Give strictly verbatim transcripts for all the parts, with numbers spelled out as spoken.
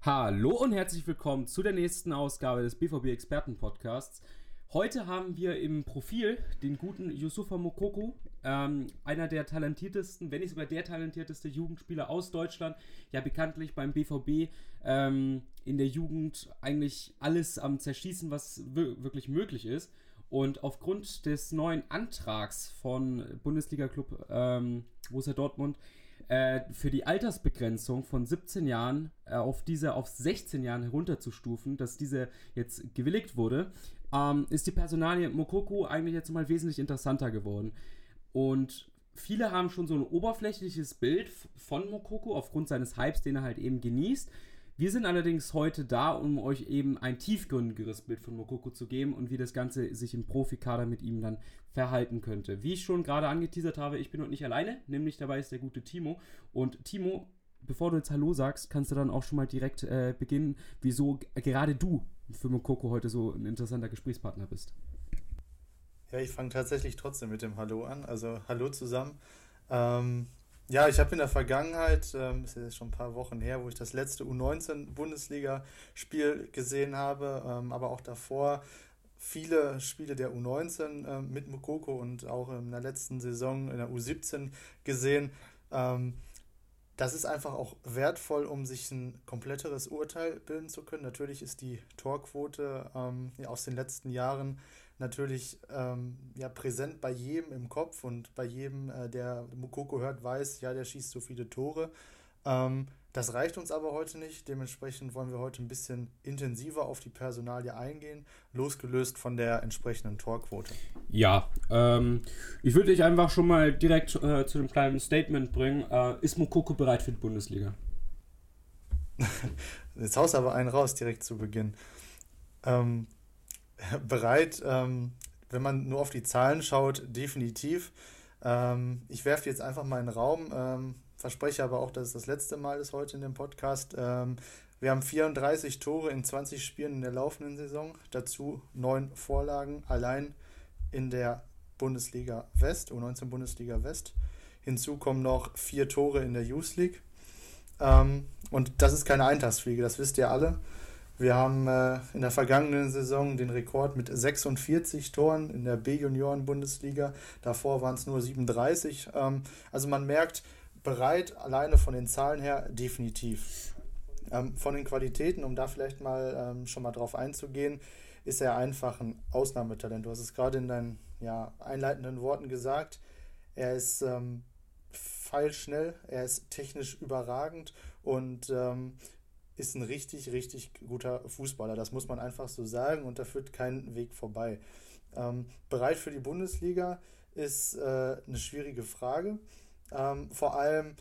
Hallo und herzlich willkommen zu der nächsten Ausgabe des B V B-Experten-Podcasts. Heute haben wir im Profil den guten Youssoufa Moukoko, ähm, einer der talentiertesten, wenn nicht sogar der talentierteste Jugendspieler aus Deutschland, ja bekanntlich beim B V B ähm, in der Jugend eigentlich alles am Zerschießen, was w- wirklich möglich ist. Und aufgrund des neuen Antrags von Bundesliga-Club ähm, Borussia Dortmund äh, für die Altersbegrenzung von siebzehn Jahren äh, auf diese auf sechzehn Jahren herunterzustufen, dass diese jetzt gewilligt wurde, ähm, ist die Personalie Moukoko eigentlich jetzt mal wesentlich interessanter geworden. Und viele haben schon so ein oberflächliches Bild von Moukoko aufgrund seines Hypes, den er halt eben genießt. Wir sind allerdings heute da, um euch eben ein tiefgründigeres Bild von Moukoko zu geben und wie das Ganze sich im Profikader mit ihm dann verhalten könnte. Wie ich schon gerade angeteasert habe, ich bin heute nicht alleine, nämlich dabei ist der gute Timo. Und Timo, bevor du jetzt Hallo sagst, kannst du dann auch schon mal direkt äh, beginnen, wieso g- gerade du für Moukoko heute so ein interessanter Gesprächspartner bist. Ja, ich fange tatsächlich trotzdem mit dem Hallo an. Also Hallo zusammen. Ähm, ja, ich habe in der Vergangenheit, ähm, ist jetzt schon ein paar Wochen her, wo ich das letzte U neunzehn Bundesliga-Spiel gesehen habe, ähm, aber auch davor viele Spiele der U neunzehn ähm, mit Moukoko und auch in der letzten Saison in der U siebzehn gesehen. Ähm, Das ist einfach auch wertvoll, um sich ein kompletteres Urteil bilden zu können. Natürlich ist die Torquote ähm, ja, aus den letzten Jahren natürlich ähm, ja, präsent bei jedem im Kopf und bei jedem, äh, der Moukoko hört, weiß, ja, der schießt so viele Tore. Ähm, das reicht uns aber heute nicht. Dementsprechend wollen wir heute ein bisschen intensiver auf die Personalie eingehen, losgelöst von der entsprechenden Torquote. Ja, ähm, ich würde dich einfach schon mal direkt äh, zu einem kleinen Statement bringen. Äh, ist Moukoko bereit für die Bundesliga? Jetzt haust du aber einen raus direkt zu Beginn. Ähm, bereit, ähm, wenn man nur auf die Zahlen schaut, definitiv. Ähm, ich werfe jetzt einfach mal in den Raum, ähm, verspreche aber auch, dass es das letzte Mal ist heute in dem Podcast. Ähm, wir haben vierunddreißig Tore in zwanzig Spielen in der laufenden Saison, dazu neun Vorlagen allein in der Bundesliga West, U neunzehn Bundesliga West. Hinzu kommen noch vier Tore in der Youth League. Ähm, und das ist keine Eintagsfliege, das wisst ihr alle. Wir haben äh, in der vergangenen Saison den Rekord mit sechsundvierzig Toren in der B-Junioren-Bundesliga. Davor waren es nur siebenunddreißig. Ähm, also man merkt, bereit, alleine von den Zahlen her, definitiv. Ähm, von den Qualitäten, um da vielleicht mal ähm, schon mal drauf einzugehen, ist er einfach ein Ausnahmetalent. Du hast es gerade in deinen ja, einleitenden Worten gesagt. Er ist ähm, pfeilschnell, er ist technisch überragend und ähm, ist ein richtig, richtig guter Fußballer. Das muss man einfach so sagen und da führt kein Weg vorbei. Ähm, bereit für die Bundesliga ist äh, eine schwierige Frage. Ähm, vor allem,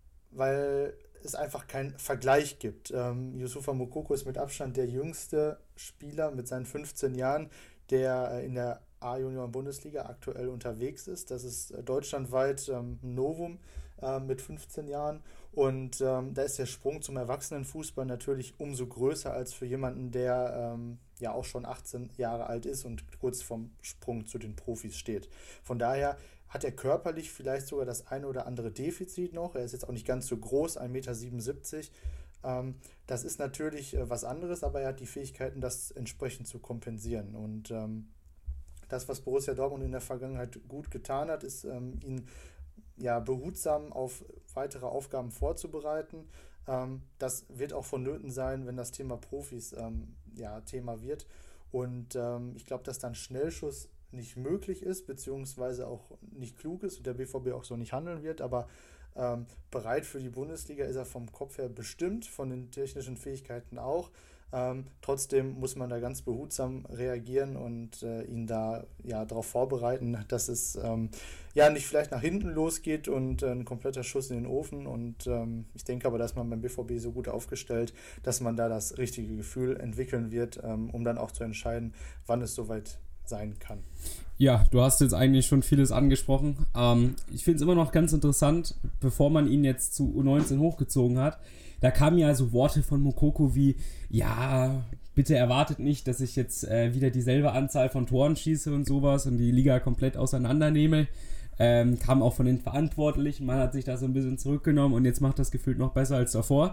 weil es einfach keinen Vergleich gibt. Ähm, Youssoufa Moukoko ist mit Abstand der jüngste Spieler mit seinen fünfzehn Jahren, der äh, in der A-Junioren-Bundesliga aktuell unterwegs ist. Das ist äh, deutschlandweit ähm, ein Novum äh, mit fünfzehn Jahren. Und ähm, da ist der Sprung zum Erwachsenenfußball natürlich umso größer als für jemanden, der ähm, ja auch schon achtzehn Jahre alt ist und kurz vorm Sprung zu den Profis steht. Von daher hat er körperlich vielleicht sogar das eine oder andere Defizit noch. Er ist jetzt auch nicht ganz so groß, ein Meter siebenundsiebzig. Ähm, das ist natürlich äh, was anderes, aber er hat die Fähigkeiten, das entsprechend zu kompensieren. Und ähm, das, was Borussia Dortmund in der Vergangenheit gut getan hat, ist, ähm, ihn ja, behutsam auf weitere Aufgaben vorzubereiten. Ähm, das wird auch vonnöten sein, wenn das Thema Profis ähm, ja, Thema wird. Und ähm, ich glaube, dass dann Schnellschuss nicht möglich ist, beziehungsweise auch nicht klug ist und der B V B auch so nicht handeln wird, aber ähm, bereit für die Bundesliga ist er vom Kopf her bestimmt, von den technischen Fähigkeiten auch. Ähm, trotzdem muss man da ganz behutsam reagieren und äh, ihn da ja darauf vorbereiten, dass es ähm, ja nicht vielleicht nach hinten losgeht und äh, ein kompletter Schuss in den Ofen. Und ähm, ich denke aber, dass man beim B V B so gut aufgestellt, dass man da das richtige Gefühl entwickeln wird, ähm, um dann auch zu entscheiden, wann es soweit sein kann. Ja, du hast jetzt eigentlich schon vieles angesprochen. Ähm, ich finde es immer noch ganz interessant, bevor man ihn jetzt zu U neunzehn hochgezogen hat, da kamen ja so Worte von Moukoko wie, ja, bitte erwartet nicht, dass ich jetzt äh, wieder dieselbe Anzahl von Toren schieße und sowas und die Liga komplett auseinandernehme. Ähm, kam auch von den Verantwortlichen, man hat sich da so ein bisschen zurückgenommen und jetzt macht das gefühlt noch besser als davor.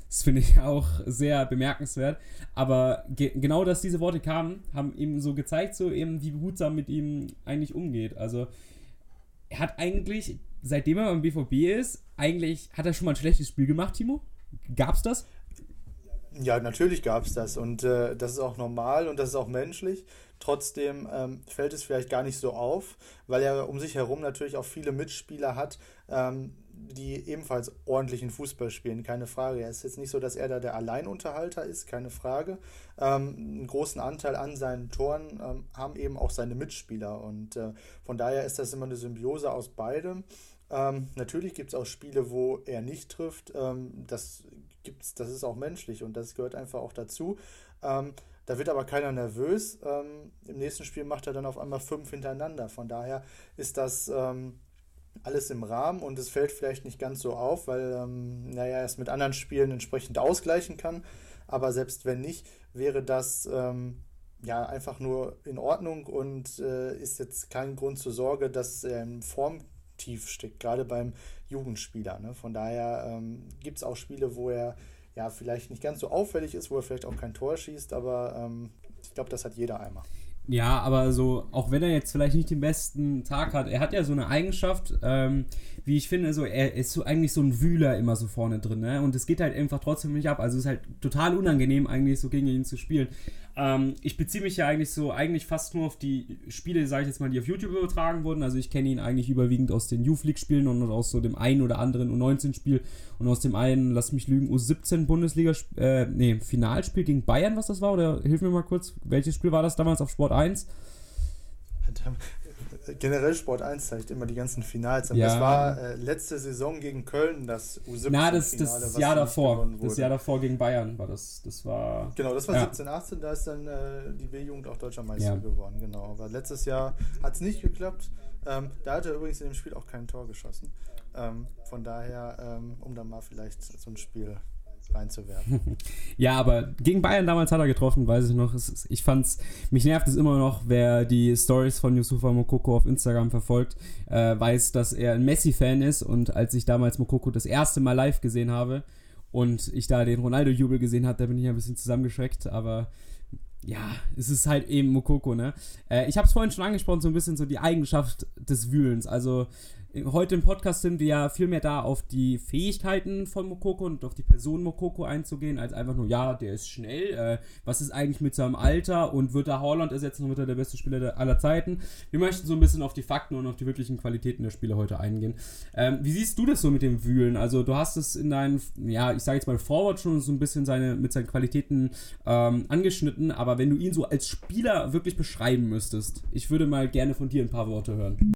Das finde ich auch sehr bemerkenswert. Aber ge- genau, dass diese Worte kamen, haben ihm so gezeigt, so eben, wie behutsam mit ihm eigentlich umgeht. Also er hat eigentlich, seitdem er beim B V B ist, eigentlich, hat er schon mal ein schlechtes Spiel gemacht, Timo? Gab's das? Ja, natürlich gab es das und äh, das ist auch normal und das ist auch menschlich. Trotzdem ähm, fällt es vielleicht gar nicht so auf, weil er um sich herum natürlich auch viele Mitspieler hat, ähm, die ebenfalls ordentlichen Fußball spielen, keine Frage. Es ist jetzt nicht so, dass er da der Alleinunterhalter ist, keine Frage. Ähm, einen großen Anteil an seinen Toren ähm, haben eben auch seine Mitspieler und äh, von daher ist das immer eine Symbiose aus beidem. Ähm, natürlich gibt es auch Spiele, wo er nicht trifft. Ähm, das gibt's, das ist auch menschlich und das gehört einfach auch dazu. Ähm, da wird aber keiner nervös. Ähm, im nächsten Spiel macht er dann auf einmal fünf hintereinander. Von daher ist das ähm, alles im Rahmen und es fällt vielleicht nicht ganz so auf, weil ähm, naja, er es mit anderen Spielen entsprechend ausgleichen kann. Aber selbst wenn nicht, wäre das ähm, ja einfach nur in Ordnung und äh, ist jetzt kein Grund zur Sorge, dass er in Formtief steckt, gerade beim Jugendspieler. Ne? Von daher ähm, gibt es auch Spiele, wo er ja vielleicht nicht ganz so auffällig ist, wo er vielleicht auch kein Tor schießt, aber ähm, ich glaube, das hat jeder einmal. Ja, aber so, auch wenn er jetzt vielleicht nicht den besten Tag hat, er hat ja so eine Eigenschaft, ähm, wie ich finde, so, er ist so eigentlich so ein Wühler immer so vorne drin, ne? Und es geht halt einfach trotzdem nicht ab. Also es ist halt total unangenehm, eigentlich so gegen ihn zu spielen. Ähm, ich beziehe mich ja eigentlich so, eigentlich fast nur auf die Spiele, sage ich jetzt mal, die auf YouTube übertragen wurden. Also ich kenne ihn eigentlich überwiegend aus den Youth League-Spielen und aus so dem einen oder anderen U neunzehn-Spiel und aus dem einen, lass mich lügen, U siebzehn Bundesliga, äh, nee, Finalspiel gegen Bayern, was das war, oder hilf mir mal kurz, welches Spiel war das damals auf Sport eins? Generell Sport eins zeigt immer die ganzen Finals. Aber Ja. das war äh, letzte Saison gegen Köln, das U siebzehn-Finale. Na, das, das Jahr davor. Das Jahr davor gegen Bayern war das. Das war. Genau, das war ja. siebzehn achtzehn, da ist dann äh, die B-Jugend auch deutscher Meister Ja. geworden. Genau. Aber letztes Jahr hat es nicht geklappt. Ähm, da hat er übrigens in dem Spiel auch kein Tor geschossen. Ähm, von daher, ähm, um dann mal vielleicht so ein Spiel reinzuwerfen. Ja, aber gegen Bayern damals hat er getroffen, weiß ich noch. Es ist, ich fand's, mich nervt es immer noch, wer die Stories von Youssoufa Moukoko auf Instagram verfolgt, äh, weiß, dass er ein Messi-Fan ist und als ich damals Moukoko das erste Mal live gesehen habe und ich da den Ronaldo-Jubel gesehen habe, da bin ich ein bisschen zusammengeschreckt, aber ja, es ist halt eben Moukoko, ne? Äh, ich habe es vorhin schon angesprochen, so ein bisschen so die Eigenschaft des Wühlens, also heute im Podcast sind wir ja viel mehr da, auf die Fähigkeiten von Moukoko und auf die Person Moukoko einzugehen, als einfach nur, ja, der ist schnell, äh, was ist eigentlich mit seinem Alter und wird er Haaland ersetzen und wird er der beste Spieler der, aller Zeiten. Wir möchten so ein bisschen auf die Fakten und auf die wirklichen Qualitäten der Spieler heute eingehen. Ähm, wie siehst du das so mit dem Wühlen? Also du hast es in deinen, ja, ich sage jetzt mal Forward schon so ein bisschen seine, mit seinen Qualitäten ähm, angeschnitten, aber wenn du ihn so als Spieler wirklich beschreiben müsstest, ich würde mal gerne von dir ein paar Worte hören.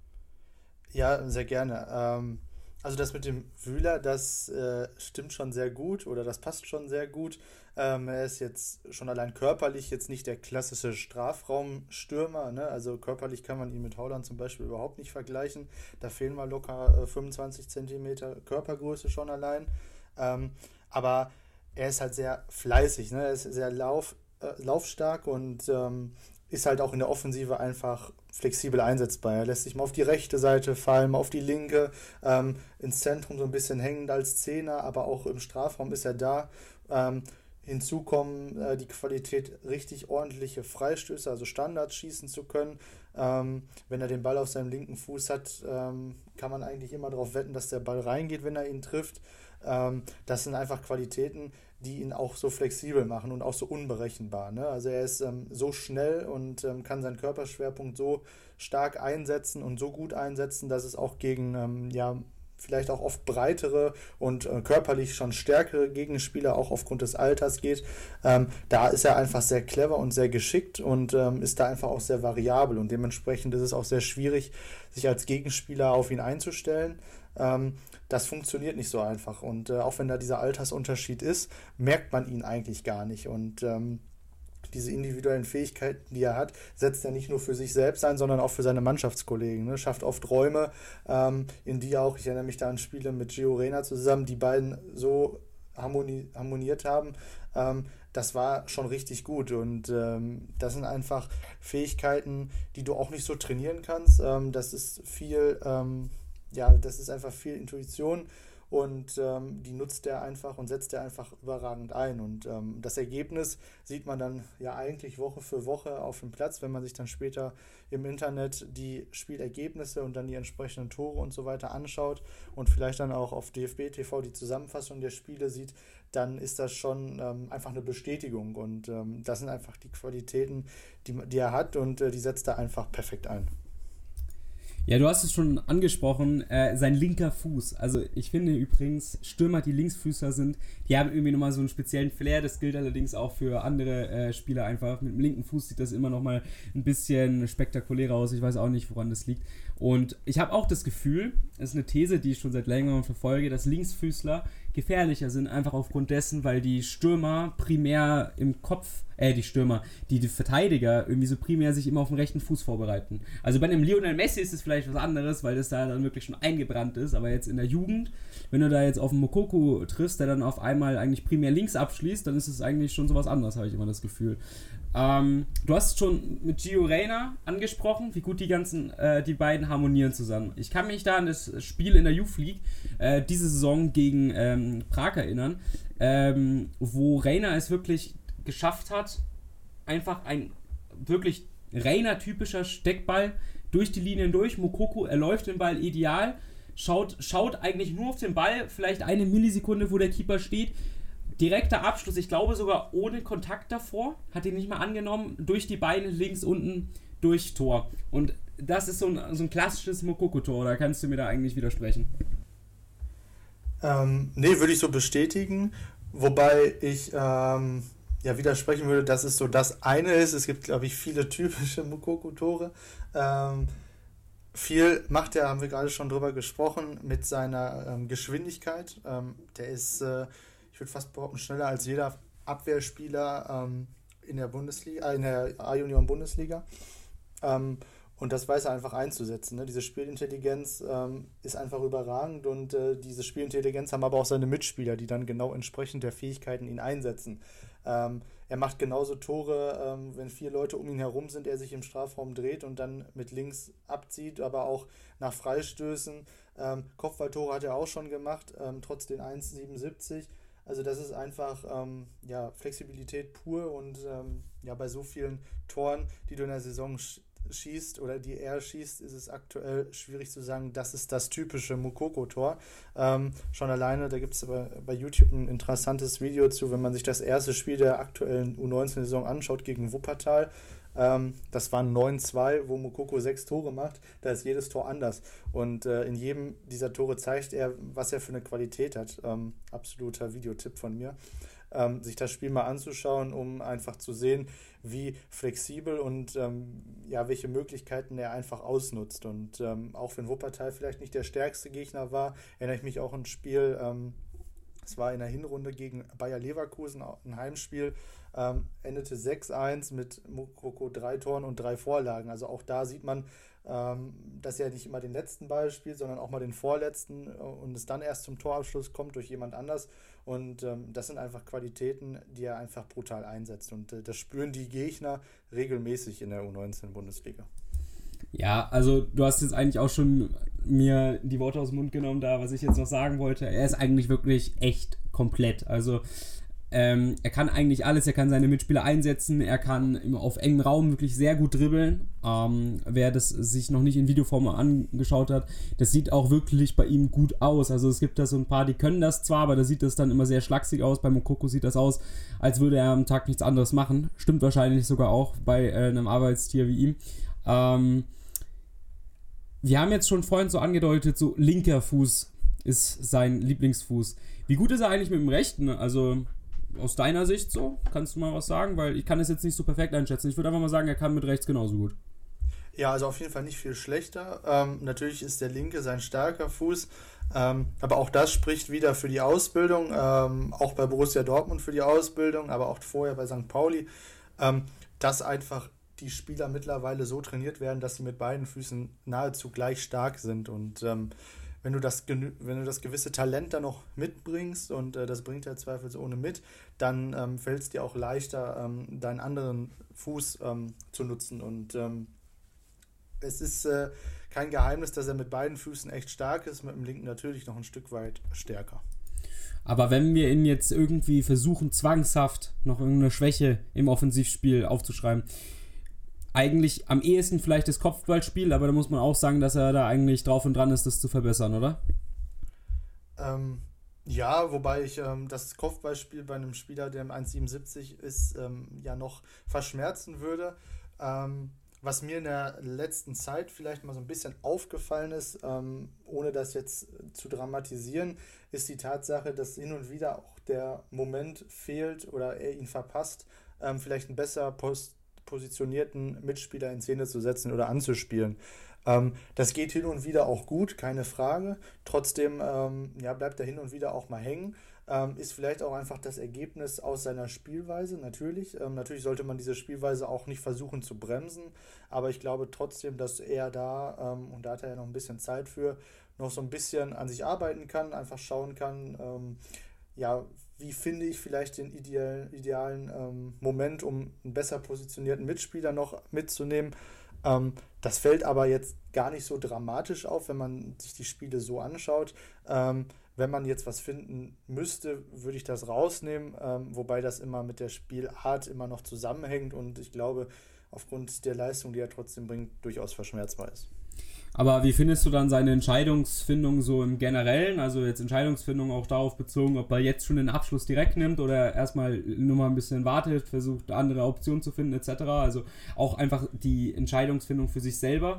Ja, sehr gerne. Ähm, also das mit dem Wühler, das äh, stimmt schon sehr gut oder das passt schon sehr gut. Ähm, er ist jetzt schon allein körperlich jetzt nicht der klassische Strafraumstürmer, ne? Also körperlich kann man ihn mit Haaland zum Beispiel überhaupt nicht vergleichen. Da fehlen mal locker äh, fünfundzwanzig Zentimeter Körpergröße schon allein. Ähm, aber er ist halt sehr fleißig, ne? Er ist sehr lauf, äh, laufstark und ähm, ist halt auch in der Offensive einfach flexibel einsetzbar. Er lässt sich mal auf die rechte Seite fallen, mal auf die linke, ähm, ins Zentrum so ein bisschen hängend als Zehner, aber auch im Strafraum ist er da. Ähm, hinzu kommen äh, die Qualität, richtig ordentliche Freistöße, also Standards schießen zu können. Ähm, wenn er den Ball auf seinem linken Fuß hat, ähm, kann man eigentlich immer darauf wetten, dass der Ball reingeht, wenn er ihn trifft. Ähm, das sind einfach Qualitäten, die ihn auch so flexibel machen und auch so unberechenbar. Ne? Also er ist ähm, so schnell und ähm, kann seinen Körperschwerpunkt so stark einsetzen und so gut einsetzen, dass es auch gegen ähm, ja, vielleicht auch oft breitere und äh, körperlich schon stärkere Gegenspieler auch aufgrund des Alters geht. Ähm, da ist er einfach sehr clever und sehr geschickt und ähm, ist da einfach auch sehr variabel und dementsprechend ist es auch sehr schwierig, sich als Gegenspieler auf ihn einzustellen. Ähm, das funktioniert nicht so einfach und äh, auch wenn da dieser Altersunterschied ist, merkt man ihn eigentlich gar nicht und ähm, diese individuellen Fähigkeiten, die er hat, setzt er nicht nur für sich selbst ein, sondern auch für seine Mannschaftskollegen. Ne? Schafft oft Räume, ähm, in die auch, ich erinnere mich da an Spiele mit Gio Reyna zusammen, die beiden so harmoni- harmoniert haben. Ähm, das war schon richtig gut und ähm, das sind einfach Fähigkeiten, die du auch nicht so trainieren kannst. Ähm, das ist viel, ähm, ja, das ist einfach viel Intuition und ähm, die nutzt er einfach und setzt er einfach überragend ein. Und ähm, das Ergebnis sieht man dann ja eigentlich Woche für Woche auf dem Platz, wenn man sich dann später im Internet die Spielergebnisse und dann die entsprechenden Tore und so weiter anschaut und vielleicht dann auch auf D F B T V die Zusammenfassung der Spiele sieht, dann ist das schon ähm, einfach eine Bestätigung. Und ähm, das sind einfach die Qualitäten, die, die er hat, und äh, die setzt er einfach perfekt ein. Ja, du hast es schon angesprochen, äh, sein linker Fuß. Also ich finde übrigens, Stürmer, die Linksfüßler sind, die haben irgendwie nochmal so einen speziellen Flair. Das gilt allerdings auch für andere äh, Spieler einfach. Mit dem linken Fuß sieht das immer nochmal ein bisschen spektakulärer aus. Ich weiß auch nicht, woran das liegt. Und ich habe auch das Gefühl, das ist eine These, die ich schon seit längerem verfolge, dass Linksfüßler gefährlicher sind, einfach aufgrund dessen, weil die Stürmer primär im Kopf, äh, die Stürmer, die, die Verteidiger irgendwie so primär sich immer auf den rechten Fuß vorbereiten. Also bei einem Lionel Messi ist es vielleicht was anderes, weil das da dann wirklich schon eingebrannt ist, aber jetzt in der Jugend, wenn du da jetzt auf einen Moukoko triffst, der dann auf einmal eigentlich primär links abschließt, dann ist es eigentlich schon sowas anderes, habe ich immer das Gefühl. Ähm, du hast schon mit Gio Reyna angesprochen, wie gut die ganzen, äh, die beiden harmonieren zusammen. Ich kann mich da an das Spiel in der Youth League äh, diese Saison gegen ähm, Prag erinnern, ähm, wo Reyna es wirklich geschafft hat, einfach ein wirklich Reyna-typischer Steckball durch die Linien durch. Moukoko, er läuft den Ball ideal, schaut, schaut eigentlich nur auf den Ball, vielleicht eine Millisekunde, wo der Keeper steht. Direkter Abschluss, ich glaube sogar ohne Kontakt davor, hat ihn nicht mal angenommen, durch die Beine, links unten, durch Tor. Und das ist so ein, so ein klassisches Moukoko-Tor, oder kannst du mir da eigentlich widersprechen? Ähm, nee, würde ich so bestätigen, wobei ich ähm, ja widersprechen würde, dass es so das eine ist. Es gibt, glaube ich, viele typische Moukoko-Tore. Ähm, viel macht er, haben wir gerade schon drüber gesprochen, mit seiner ähm, Geschwindigkeit. Ähm, der ist, äh, ich würde fast behaupten, schneller als jeder Abwehrspieler ähm, in der Bundesliga, äh, in der A-Junioren-Bundesliga. Ähm, und das weiß er einfach einzusetzen. Ne? Diese Spielintelligenz ähm, ist einfach überragend, und äh, diese Spielintelligenz haben aber auch seine Mitspieler, die dann genau entsprechend der Fähigkeiten ihn einsetzen. Ähm, er macht genauso Tore, ähm, wenn vier Leute um ihn herum sind, er sich im Strafraum dreht und dann mit links abzieht, aber auch nach Freistößen. Ähm, Kopfballtore hat er auch schon gemacht, ähm, trotz den eins Komma siebenundsiebzig. Also das ist einfach ähm, ja, Flexibilität pur, und ähm, ja, bei so vielen Toren, die du in der Saison sch- schießt oder die er schießt, ist es aktuell schwierig zu sagen, das ist das typische Moukoko-Tor. Ähm, schon alleine, da gibt es bei, bei YouTube ein interessantes Video zu, wenn man sich das erste Spiel der aktuellen U neunzehn-Saison anschaut gegen Wuppertal. Ähm, das waren neun zwei, wo Moukoko sechs Tore macht. Da ist jedes Tor anders. Und äh, in jedem dieser Tore zeigt er, was er für eine Qualität hat. Ähm, absoluter Videotipp von mir. Ähm, sich das Spiel mal anzuschauen, um einfach zu sehen, wie flexibel und ähm, ja, welche Möglichkeiten er einfach ausnutzt. Und ähm, auch wenn Wuppertal vielleicht nicht der stärkste Gegner war, erinnere ich mich auch an ein Spiel, ähm, es war in der Hinrunde gegen Bayer Leverkusen, ein Heimspiel, ähm, endete sechs eins mit Moukoko drei Toren und drei Vorlagen. Also auch da sieht man, ähm, dass er nicht immer den letzten Ball spielt, sondern auch mal den vorletzten, äh, und es dann erst zum Torabschluss kommt durch jemand anders. Und ähm, das sind einfach Qualitäten, die er einfach brutal einsetzt. Und äh, das spüren die Gegner regelmäßig in der U neunzehn-Bundesliga. Ja, also du hast jetzt eigentlich auch schon mir die Worte aus dem Mund genommen, da was ich jetzt noch sagen wollte. Er ist eigentlich wirklich echt komplett. Also ähm, er kann eigentlich alles, er kann seine Mitspieler einsetzen, er kann im, auf engem Raum wirklich sehr gut dribbeln. Ähm, wer das sich noch nicht in Videoform angeschaut hat, das sieht auch wirklich bei ihm gut aus. Also es gibt da so ein paar, die können das zwar, aber da sieht das dann immer sehr schlaksig aus. Bei Moukoko sieht das aus, als würde er am Tag nichts anderes machen. Stimmt wahrscheinlich sogar auch bei äh, einem Arbeitstier wie ihm. Ähm, wir haben jetzt schon vorhin so angedeutet, so linker Fuß ist sein Lieblingsfuß. Wie gut ist er eigentlich mit dem rechten? Also aus deiner Sicht so? Kannst du mal was sagen? Weil ich kann es jetzt nicht so perfekt einschätzen. Ich würde einfach mal sagen, er kann mit rechts genauso gut. Ja, also auf jeden Fall nicht viel schlechter. Ähm, natürlich ist der linke sein starker Fuß, ähm, aber auch das spricht wieder für die Ausbildung, ähm, auch bei Borussia Dortmund für die Ausbildung, aber auch vorher bei Sankt Pauli, ähm, dass einfach die Spieler mittlerweile so trainiert werden, dass sie mit beiden Füßen nahezu gleich stark sind. Und ähm, wenn du das genü- wenn du das gewisse Talent dann noch mitbringst, und äh, das bringt er zweifelsohne mit, dann ähm, fällt es dir auch leichter, ähm, deinen anderen Fuß ähm, zu nutzen. Und ähm, es ist äh, kein Geheimnis, dass er mit beiden Füßen echt stark ist, mit dem linken natürlich noch ein Stück weit stärker. Aber wenn wir ihn jetzt irgendwie versuchen, zwangshaft noch irgendeine Schwäche im Offensivspiel aufzuschreiben, eigentlich am ehesten vielleicht das Kopfballspiel, aber da muss man auch sagen, dass er da eigentlich drauf und dran ist, das zu verbessern, oder? Ähm, ja, wobei ich ähm, das Kopfballspiel bei einem Spieler, der im eins Komma siebenundsiebzig ist, ähm, ja noch verschmerzen würde. Ähm, was mir in der letzten Zeit vielleicht mal so ein bisschen aufgefallen ist, ähm, ohne das jetzt zu dramatisieren, ist die Tatsache, dass hin und wieder auch der Moment fehlt oder er ihn verpasst, ähm, vielleicht einen besser post- positionierten Mitspieler in Szene zu setzen oder anzuspielen. Ähm, das geht hin und wieder auch gut, keine Frage. Trotzdem ähm, ja, bleibt er hin und wieder auch mal hängen. Ähm, ist vielleicht auch einfach das Ergebnis aus seiner Spielweise, natürlich. Ähm, natürlich sollte man diese Spielweise auch nicht versuchen zu bremsen, aber ich glaube trotzdem, dass er da, ähm, und da hat er ja noch ein bisschen Zeit für, noch so ein bisschen an sich arbeiten kann, einfach schauen kann, ähm, ja, wie finde ich vielleicht den idealen, idealen ähm, Moment, um einen besser positionierten Mitspieler noch mitzunehmen. Ähm, das fällt aber jetzt gar nicht so dramatisch auf, wenn man sich die Spiele so anschaut. Ähm, wenn man jetzt was finden müsste, würde ich das rausnehmen, ähm, wobei das immer mit der Spielart immer noch zusammenhängt und ich glaube, aufgrund der Leistung, die er trotzdem bringt, durchaus verschmerzbar ist. Aber wie findest du dann seine Entscheidungsfindung so im Generellen? Also jetzt Entscheidungsfindung auch darauf bezogen, ob er jetzt schon den Abschluss direkt nimmt oder erstmal nur mal ein bisschen wartet, versucht andere Optionen zu finden et cetera. Also auch einfach die Entscheidungsfindung für sich selber.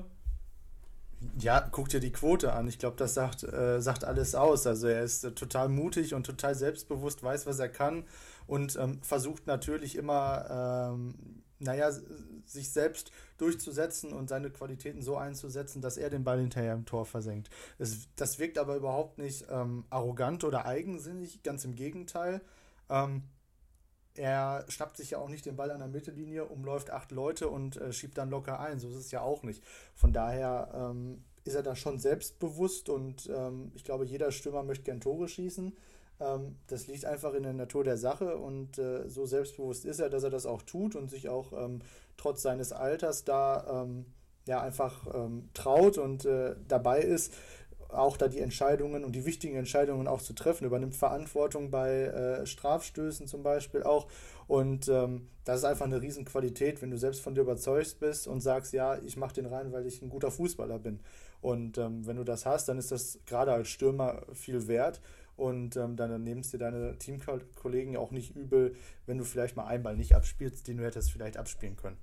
Ja, guck dir die Quote an. Ich glaube, das sagt, äh, sagt alles aus. Also er ist äh, total mutig und total selbstbewusst, weiß, was er kann und ähm, versucht natürlich immer, ähm, naja, s- sich selbst durchzusetzen und seine Qualitäten so einzusetzen, dass er den Ball hinterher im Tor versenkt. Es, das wirkt aber überhaupt nicht ähm, arrogant oder eigensinnig, ganz im Gegenteil. Ähm, Er schnappt sich ja auch nicht den Ball an der Mittellinie, umläuft acht Leute und äh, schiebt dann locker ein. So ist es ja auch nicht. Von daher ähm, ist er da schon selbstbewusst und ähm, ich glaube, jeder Stürmer möchte gern Tore schießen. Ähm, das liegt einfach in der Natur der Sache und äh, so selbstbewusst ist er, dass er das auch tut und sich auch ähm, trotz seines Alters da ähm, ja einfach ähm, traut und äh, dabei ist, auch da die Entscheidungen und die wichtigen Entscheidungen auch zu treffen, übernimmt Verantwortung bei äh, Strafstößen zum Beispiel auch und ähm, das ist einfach eine Riesenqualität, wenn du selbst von dir überzeugt bist und sagst, ja, ich mache den rein, weil ich ein guter Fußballer bin und ähm, wenn du das hast, dann ist das gerade als Stürmer viel wert und ähm, dann nimmst dir deine Teamkollegen ja auch nicht übel, wenn du vielleicht mal einen Ball nicht abspielst, den du hättest vielleicht abspielen können.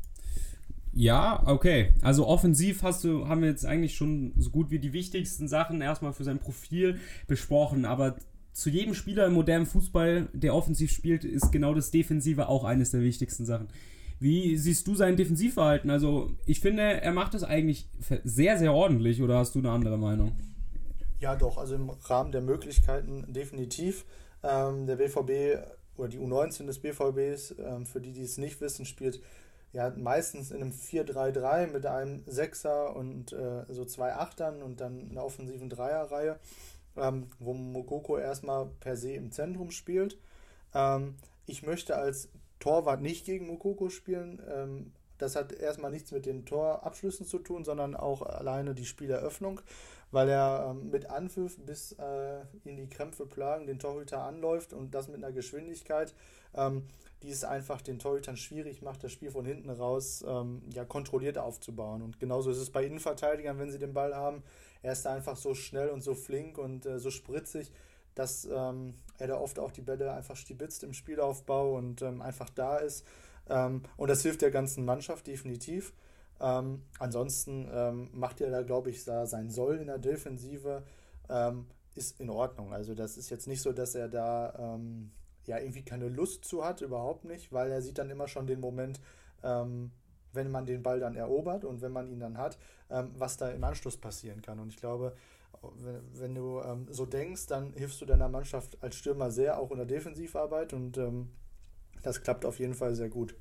Ja, okay. Also offensiv hast du, haben wir jetzt eigentlich schon so gut wie die wichtigsten Sachen erstmal für sein Profil besprochen, aber zu jedem Spieler im modernen Fußball, der offensiv spielt, ist genau das Defensive auch eines der wichtigsten Sachen. Wie siehst du sein Defensivverhalten? Also ich finde, er macht das eigentlich sehr, sehr ordentlich, oder hast du eine andere Meinung? Ja, doch, also im Rahmen der Möglichkeiten definitiv. Ähm, der B V B oder die U neunzehn des B V Bs, ähm, für die, die es nicht wissen, spielt ja meistens in einem vier drei drei mit einem Sechser und äh, so zwei Achtern und dann einer offensiven Dreierreihe, ähm, wo Moukoko erstmal per se im Zentrum spielt. Ähm, ich möchte als Torwart nicht gegen Moukoko spielen. Ähm, das hat erstmal nichts mit den Torabschlüssen zu tun, sondern auch alleine die Spieleröffnung, weil er ähm, mit Anpfiff bis äh, ihn die Krämpfe plagen, den Torhüter anläuft und das mit einer Geschwindigkeit, ähm, die es einfach den Torhütern schwierig macht, das Spiel von hinten raus ähm, ja, kontrolliert aufzubauen. Und genauso ist es bei Innenverteidigern, wenn sie den Ball haben. Er ist da einfach so schnell und so flink und äh, so spritzig, dass ähm, er da oft auch die Bälle einfach stibitzt im Spielaufbau und ähm, einfach da ist. Ähm, und das hilft der ganzen Mannschaft definitiv. Ähm, ansonsten ähm, macht er da, glaube ich, da sein Soll in der Defensive, ähm, ist in Ordnung. Also das ist jetzt nicht so, dass er da ähm, ja irgendwie keine Lust zu hat, überhaupt nicht, weil er sieht dann immer schon den Moment, ähm, wenn man den Ball dann erobert und wenn man ihn dann hat, ähm, was da im Anschluss passieren kann. Und ich glaube, wenn, wenn du ähm, so denkst, dann hilfst du deiner Mannschaft als Stürmer sehr, auch in der Defensivarbeit und ähm, das klappt auf jeden Fall sehr gut.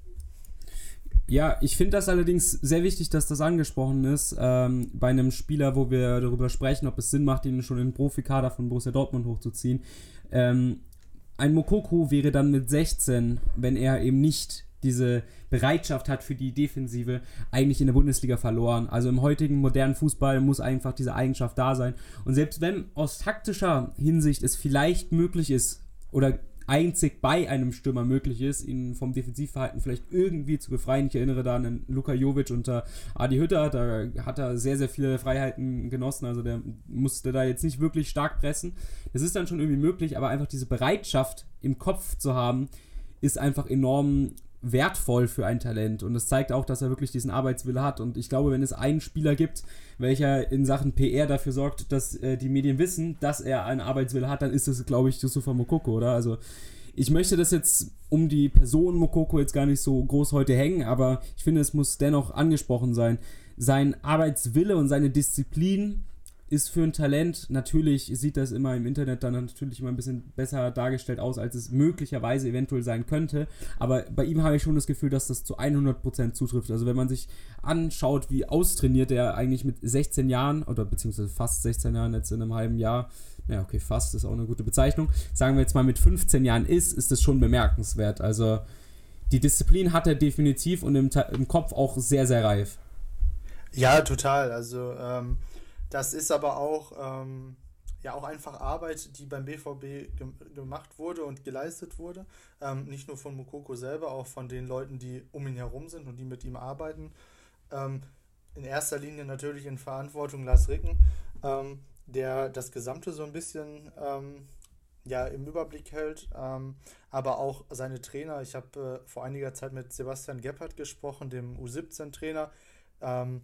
Ja, ich finde das allerdings sehr wichtig, dass das angesprochen ist, ähm, bei einem Spieler, wo wir darüber sprechen, ob es Sinn macht, ihn schon in den Profikader von Borussia Dortmund hochzuziehen. Ähm, ein Moukoko wäre dann mit sechzehn, wenn er eben nicht diese Bereitschaft hat für die Defensive, eigentlich in der Bundesliga verloren. Also im heutigen modernen Fußball muss einfach diese Eigenschaft da sein. Und selbst wenn aus taktischer Hinsicht es vielleicht möglich ist oder einzig bei einem Stürmer möglich ist, ihn vom Defensivverhalten vielleicht irgendwie zu befreien. Ich erinnere da an Luka Jovic unter Adi Hütter, da hat er sehr, sehr viele Freiheiten genossen, also der musste da jetzt nicht wirklich stark pressen. Das ist dann schon irgendwie möglich, aber einfach diese Bereitschaft im Kopf zu haben, ist einfach enorm wertvoll für ein Talent und das zeigt auch, dass er wirklich diesen Arbeitswille hat und ich glaube, wenn es einen Spieler gibt, welcher in Sachen P R dafür sorgt, dass äh, die Medien wissen, dass er einen Arbeitswille hat, dann ist es, glaube ich, Youssoufa Moukoko, oder? Also ich möchte das jetzt um die Person Moukoko jetzt gar nicht so groß heute hängen, aber ich finde, es muss dennoch angesprochen sein. Sein Arbeitswille und seine Disziplin ist für ein Talent, natürlich sieht das immer im Internet dann natürlich immer ein bisschen besser dargestellt aus, als es möglicherweise eventuell sein könnte, aber bei ihm habe ich schon das Gefühl, dass das zu hundert Prozent zutrifft. Also wenn man sich anschaut, wie austrainiert er eigentlich mit sechzehn Jahren, oder beziehungsweise fast sechzehn Jahren jetzt in einem halben Jahr, ja okay, fast ist auch eine gute Bezeichnung, sagen wir jetzt mal mit fünfzehn Jahren ist, ist das schon bemerkenswert. Also die Disziplin hat er definitiv und im, im Kopf auch sehr, sehr reif. Ja, total, also ähm das ist aber auch, ähm, ja, auch einfach Arbeit, die beim B V B ge- gemacht wurde und geleistet wurde. Ähm, nicht nur von Moukoko selber, auch von den Leuten, die um ihn herum sind und die mit ihm arbeiten. Ähm, in erster Linie natürlich in Verantwortung Lars Ricken, ähm, der das Gesamte so ein bisschen ähm, ja, im Überblick hält, ähm, aber auch seine Trainer. Ich habe äh, vor einiger Zeit mit Sebastian Gebhardt gesprochen, dem U siebzehn-Trainer, ähm,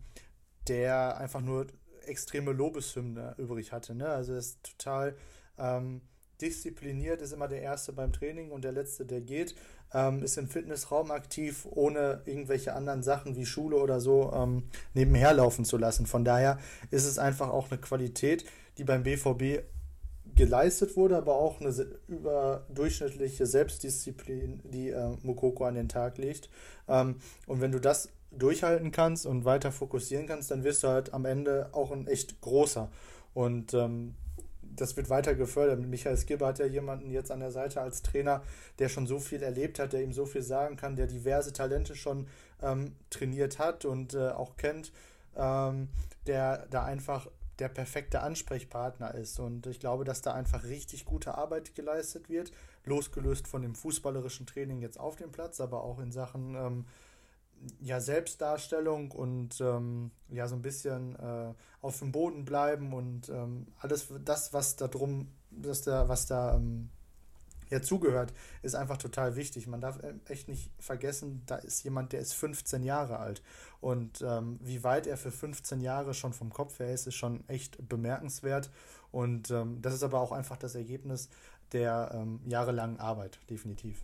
der einfach nur extreme Lobeshymne übrig hatte. Ne? Also er ist total ähm, diszipliniert, ist immer der Erste beim Training und der Letzte, der geht, ähm, ist im Fitnessraum aktiv, ohne irgendwelche anderen Sachen wie Schule oder so ähm, nebenher laufen zu lassen. Von daher ist es einfach auch eine Qualität, die beim B V B geleistet wurde, aber auch eine se- überdurchschnittliche Selbstdisziplin, die äh, Moukoko an den Tag legt. Ähm, und wenn du das durchhalten kannst und weiter fokussieren kannst, dann wirst du halt am Ende auch ein echt großer. Und ähm, das wird weiter gefördert. Michael Skibbe hat ja jemanden jetzt an der Seite als Trainer, der schon so viel erlebt hat, der ihm so viel sagen kann, der diverse Talente schon ähm, trainiert hat und äh, auch kennt, ähm, der da einfach der perfekte Ansprechpartner ist. Und ich glaube, dass da einfach richtig gute Arbeit geleistet wird, losgelöst von dem fußballerischen Training jetzt auf dem Platz, aber auch in Sachen ähm, ja, Selbstdarstellung und ähm, ja, so ein bisschen äh, auf dem Boden bleiben und ähm, alles das, was da drum, das da, was da ähm, ja zugehört, ist einfach total wichtig. Man darf echt nicht vergessen, da ist jemand, der ist fünfzehn Jahre alt und ähm, wie weit er für fünfzehn Jahre schon vom Kopf her ist, ist schon echt bemerkenswert und ähm, das ist aber auch einfach das Ergebnis der ähm, jahrelangen Arbeit, definitiv.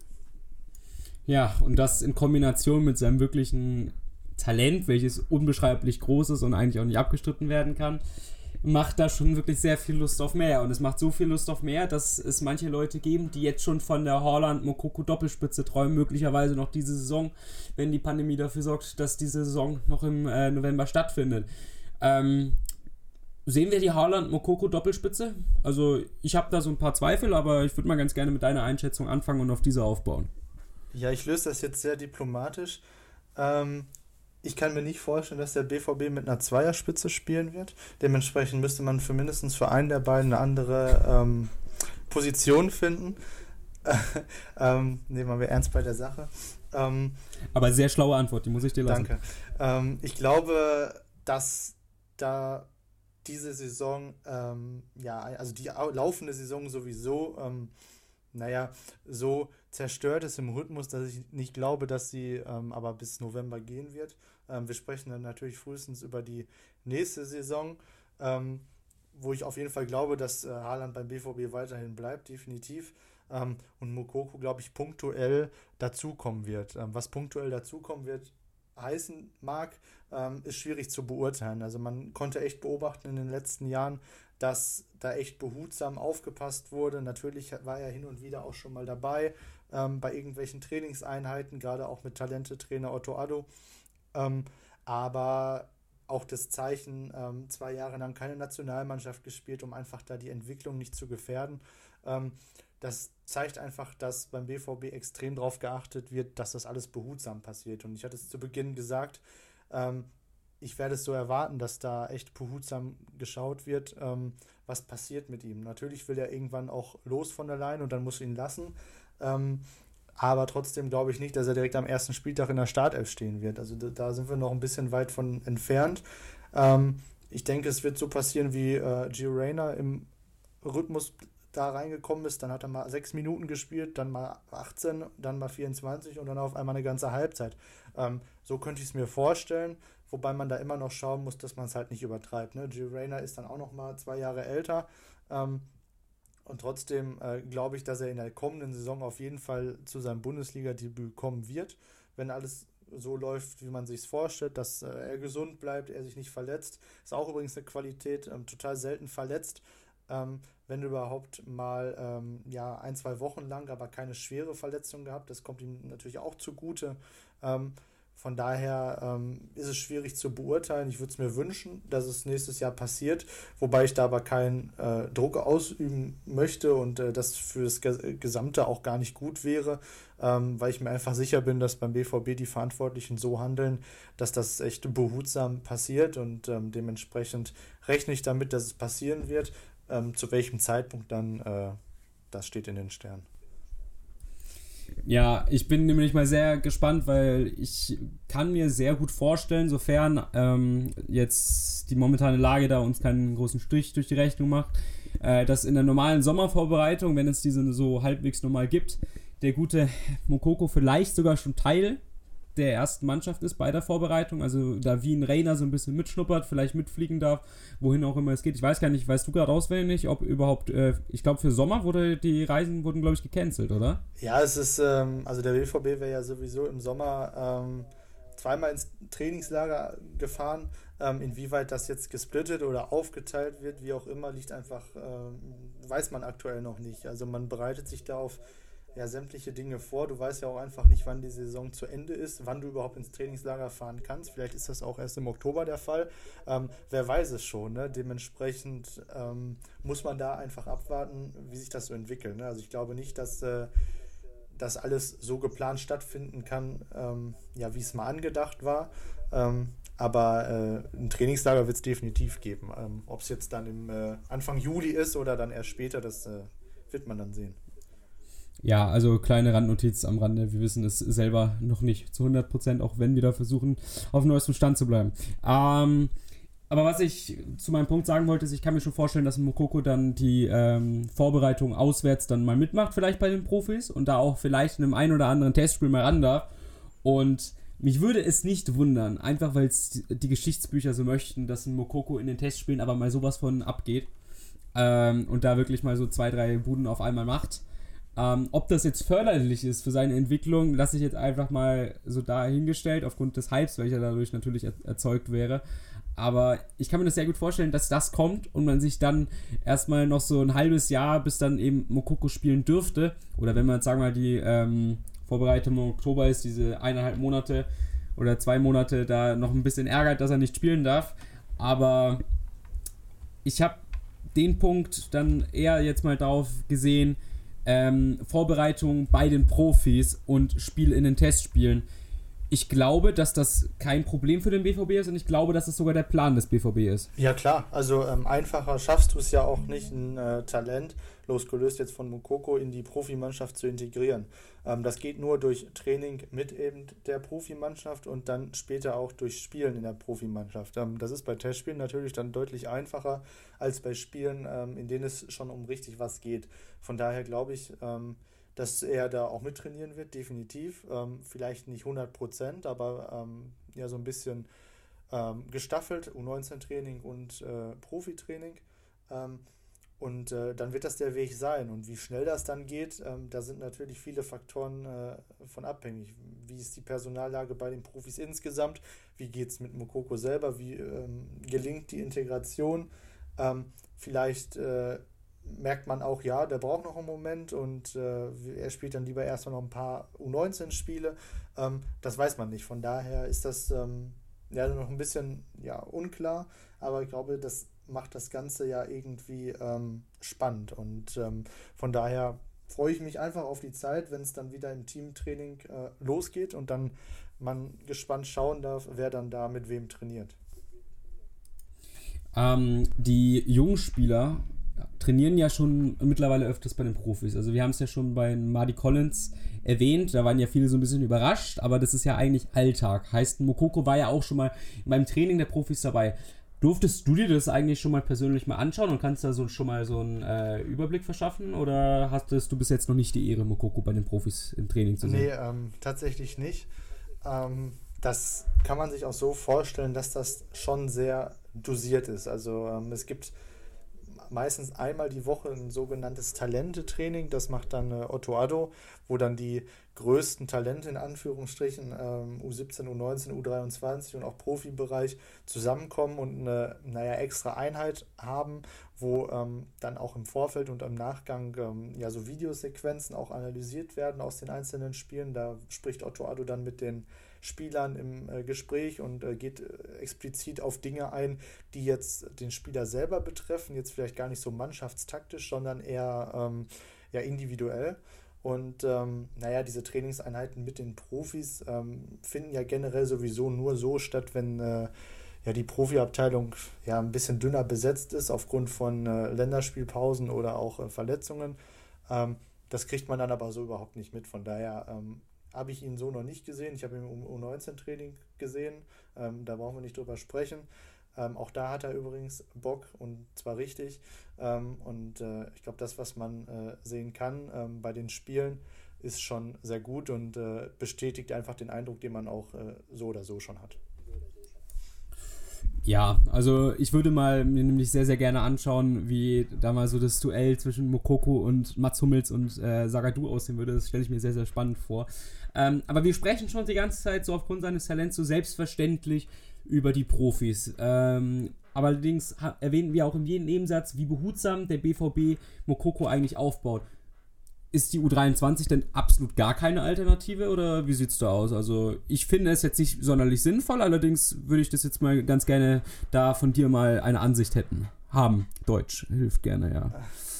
Ja, und das in Kombination mit seinem wirklichen Talent, welches unbeschreiblich groß ist und eigentlich auch nicht abgestritten werden kann, macht da schon wirklich sehr viel Lust auf mehr. Und es macht so viel Lust auf mehr, dass es manche Leute geben, die jetzt schon von der Haaland-Moukoko-Doppelspitze träumen, möglicherweise noch diese Saison, wenn die Pandemie dafür sorgt, dass diese Saison noch im äh, November stattfindet. Ähm, sehen wir die Haaland-Moukoko-Doppelspitze? Also ich habe da so ein paar Zweifel, aber ich würde mal ganz gerne mit deiner Einschätzung anfangen und auf diese aufbauen. Ja, ich löse das jetzt sehr diplomatisch. Ähm, ich kann mir nicht vorstellen, dass der B V B mit einer Zweierspitze spielen wird. Dementsprechend müsste man für mindestens für einen der beiden eine andere ähm, Position finden. ähm, nehmen wir ernst bei der Sache. Ähm, Aber sehr schlaue Antwort, die muss ich dir lassen. Danke. Ähm, ich glaube, dass da diese Saison, ähm, ja, also die au- laufende Saison sowieso, ähm, naja, so zerstört ist im Rhythmus, dass ich nicht glaube, dass sie ähm, aber bis November gehen wird. Ähm, wir sprechen dann natürlich frühestens über die nächste Saison, ähm, wo ich auf jeden Fall glaube, dass äh, Haaland beim B V B weiterhin bleibt, definitiv. Ähm, und Moukoko, glaube ich, punktuell dazukommen wird. Ähm, was punktuell dazukommen wird, heißen mag, ähm, ist schwierig zu beurteilen. Also man konnte echt beobachten in den letzten Jahren, dass da echt behutsam aufgepasst wurde. Natürlich war er hin und wieder auch schon mal dabei ähm, bei irgendwelchen Trainingseinheiten, gerade auch mit Talente-Trainer Otto Addo. Ähm, aber auch das Zeichen, ähm, zwei Jahre lang keine Nationalmannschaft gespielt, um einfach da die Entwicklung nicht zu gefährden. Ähm, das zeigt einfach, dass beim B V B extrem darauf geachtet wird, dass das alles behutsam passiert. Und ich hatte es zu Beginn gesagt, ähm, ich werde es so erwarten, dass da echt behutsam geschaut wird, ähm, was passiert mit ihm. Natürlich will er irgendwann auch los von der Leine und dann muss ihn lassen. Ähm, aber trotzdem glaube ich nicht, dass er direkt am ersten Spieltag in der Startelf stehen wird. Also da, da sind wir noch ein bisschen weit von entfernt. Ähm, ich denke, es wird so passieren, wie äh, Gio Reyna im Rhythmus da reingekommen ist. Dann hat er mal sechs Minuten gespielt, dann mal achtzehn, dann mal vierundzwanzig und dann auf einmal eine ganze Halbzeit. Ähm, so könnte ich es mir vorstellen, wobei man da immer noch schauen muss, dass man es halt nicht übertreibt. Ne? Gio Reyna ist dann auch noch mal zwei Jahre älter. Ähm, Und trotzdem äh, glaube ich, dass er in der kommenden Saison auf jeden Fall zu seinem Bundesliga-Debüt kommen wird, wenn alles so läuft, wie man sich es vorstellt, dass äh, er gesund bleibt, er sich nicht verletzt. Ist auch übrigens eine Qualität, ähm, total selten verletzt. Ähm, wenn überhaupt mal ähm, ja, ein, zwei Wochen lang, aber keine schwere Verletzung gehabt. Das kommt ihm natürlich auch zugute. Ähm, Von daher ähm, ist es schwierig zu beurteilen. Ich würde es mir wünschen, dass es nächstes Jahr passiert, wobei ich da aber keinen äh, Druck ausüben möchte und äh, das für das Ge- Gesamte auch gar nicht gut wäre, ähm, weil ich mir einfach sicher bin, dass beim B V B die Verantwortlichen so handeln, dass das echt behutsam passiert und ähm, dementsprechend rechne ich damit, dass es passieren wird. Ähm, zu welchem Zeitpunkt dann, äh, das steht in den Sternen. Ja, ich bin nämlich mal sehr gespannt, weil ich kann mir sehr gut vorstellen, sofern ähm, jetzt die momentane Lage da uns keinen großen Strich durch die Rechnung macht, äh, dass in der normalen Sommervorbereitung, wenn es diese so halbwegs normal gibt, der gute Moukoko vielleicht sogar schon Teil der ersten Mannschaft ist bei der Vorbereitung, also da wie ein Reyna so ein bisschen mitschnuppert, vielleicht mitfliegen darf, wohin auch immer es geht. Ich weiß gar nicht, weißt du gerade auswendig, ob überhaupt, äh, ich glaube für Sommer wurde die Reisen wurden, glaube ich, gecancelt, oder? Ja, es ist, ähm, also der B V B wäre ja sowieso im Sommer ähm, zweimal ins Trainingslager gefahren. Ähm, inwieweit das jetzt gesplittet oder aufgeteilt wird, wie auch immer, liegt einfach, ähm, weiß man aktuell noch nicht. Also man bereitet sich da auf ja, sämtliche Dinge vor. Du weißt ja auch einfach nicht, wann die Saison zu Ende ist, wann du überhaupt ins Trainingslager fahren kannst. Vielleicht ist das auch erst im Oktober der Fall. Ähm, wer weiß es schon. Ne? Dementsprechend ähm, muss man da einfach abwarten, wie sich das so entwickelt. Ne? Also ich glaube nicht, dass äh, das alles so geplant stattfinden kann, ähm, ja, wie es mal angedacht war. Ähm, aber äh, ein Trainingslager wird es definitiv geben. Ähm, Ob es jetzt dann im äh, Anfang Juli ist oder dann erst später, das äh, wird man dann sehen. Ja, also kleine Randnotiz am Rande. Wir wissen es selber noch nicht zu hundert Prozent, auch wenn wir da versuchen, auf neuestem Stand zu bleiben. Ähm, aber was ich zu meinem Punkt sagen wollte, ist, ich kann mir schon vorstellen, dass Moukoko dann die ähm, Vorbereitung auswärts dann mal mitmacht, vielleicht bei den Profis und da auch vielleicht in einem ein oder anderen Testspiel mal ran darf. Und mich würde es nicht wundern, einfach weil es die, die Geschichtsbücher so möchten, dass ein Moukoko in den Testspielen aber mal sowas von abgeht ähm, und da wirklich mal so zwei, drei Buden auf einmal macht. Ähm, ob das jetzt förderlich ist für seine Entwicklung, lasse ich jetzt einfach mal so dahingestellt, aufgrund des Hypes, welcher dadurch natürlich er- erzeugt wäre. Aber ich kann mir das sehr gut vorstellen, dass das kommt und man sich dann erstmal noch so ein halbes Jahr, bis dann eben Moukoko spielen dürfte, oder wenn man jetzt sagen wir mal die ähm, Vorbereitung im Oktober ist, diese eineinhalb Monate oder zwei Monate da noch ein bisschen ärgert, dass er nicht spielen darf. Aber ich habe den Punkt dann eher jetzt mal darauf gesehen, ähm, Vorbereitung bei den Profis und Spiel in den Testspielen. Ich glaube, dass das kein Problem für den B V B ist und ich glaube, dass das sogar der Plan des B V B ist. Ja klar, also ähm, einfacher schaffst du es ja auch nicht, ein äh, Talent, losgelöst jetzt von Moukoko, in die Profimannschaft zu integrieren. Ähm, das geht nur durch Training mit eben der Profimannschaft und dann später auch durch Spielen in der Profimannschaft. Ähm, das ist bei Testspielen natürlich dann deutlich einfacher als bei Spielen, ähm, in denen es schon um richtig was geht. Von daher glaube ich, ähm, dass er da auch mittrainieren wird, definitiv. Ähm, vielleicht nicht hundert Prozent, aber ähm, ja so ein bisschen ähm, gestaffelt, U neunzehn Training und äh, Profitraining. Ähm, und äh, dann wird das der Weg sein. Und wie schnell das dann geht, ähm, da sind natürlich viele Faktoren äh, von abhängig. Wie ist die Personallage bei den Profis insgesamt? Wie geht es mit Moukoko selber? Wie ähm, gelingt die Integration? Ähm, vielleicht äh, merkt man auch, ja, der braucht noch einen Moment und äh, er spielt dann lieber erstmal noch ein paar U neunzehn Spiele. Ähm, das weiß man nicht. Von daher ist das ähm, ja noch ein bisschen ja, unklar, aber ich glaube, das macht das Ganze ja irgendwie ähm, spannend und ähm, von daher freue ich mich einfach auf die Zeit, wenn es dann wieder im Teamtraining äh, losgeht und dann man gespannt schauen darf, wer dann da mit wem trainiert. Ähm, die jungen Spieler trainieren ja schon mittlerweile öfters bei den Profis. Also wir haben es ja schon bei Mardy Collins erwähnt, da waren ja viele so ein bisschen überrascht, aber das ist ja eigentlich Alltag. Heißt, Moukoko war ja auch schon mal beim Training der Profis dabei. Durftest du dir das eigentlich schon mal persönlich mal anschauen und kannst da so schon mal so einen äh, Überblick verschaffen? Oder hattest du bis jetzt noch nicht die Ehre, Moukoko bei den Profis im Training zu sehen? Nee, ähm, tatsächlich nicht. Ähm, das kann man sich auch so vorstellen, dass das schon sehr dosiert ist. Also ähm, es gibt meistens einmal die Woche ein sogenanntes Talente-Training. Das macht dann äh, Otto Addo, wo dann die größten Talente in Anführungsstrichen, ähm, U siebzehn, U neunzehn, U dreiundzwanzig und auch Profibereich zusammenkommen und eine, naja, extra Einheit haben, wo ähm, dann auch im Vorfeld und im Nachgang ähm, ja so Videosequenzen auch analysiert werden aus den einzelnen Spielen. Da spricht Otto Addo dann mit den Spielern im äh, Gespräch und äh, geht äh, explizit auf Dinge ein, die jetzt den Spieler selber betreffen, jetzt vielleicht gar nicht so mannschaftstaktisch, sondern eher ähm, ja, individuell. Und ähm, naja, diese Trainingseinheiten mit den Profis ähm, finden ja generell sowieso nur so statt, wenn äh, ja, die Profiabteilung ja ein bisschen dünner besetzt ist aufgrund von äh, Länderspielpausen oder auch äh, Verletzungen. Ähm, das kriegt man dann aber so überhaupt nicht mit. Von daher ähm, habe ich ihn so noch nicht gesehen. Ich habe ihn im U neunzehn-Training gesehen. Ähm, da brauchen wir nicht drüber sprechen. Ähm, auch da hat er übrigens Bock und zwar richtig. Ähm, und äh, ich glaube, das, was man äh, sehen kann ähm, bei den Spielen, ist schon sehr gut und äh, bestätigt einfach den Eindruck, den man auch äh, so oder so schon hat. Ja, also ich würde mal mir nämlich sehr, sehr gerne anschauen, wie da mal so das Duell zwischen Moukoko und Mats Hummels und äh, Zagadou aussehen würde. Das stelle ich mir sehr, sehr spannend vor. Ähm, aber wir sprechen schon die ganze Zeit so aufgrund seines Talents so selbstverständlich über die Profis. Ähm, aber allerdings ha- erwähnen wir auch in jedem Nebensatz, wie behutsam der B V B Moukoko eigentlich aufbaut. Ist die U dreiundzwanzig denn absolut gar keine Alternative oder wie sieht's da aus? Also ich finde es jetzt nicht sonderlich sinnvoll, allerdings würde ich das jetzt mal ganz gerne da von dir mal eine Ansicht hätten. Haben. Deutsch hilft gerne, ja.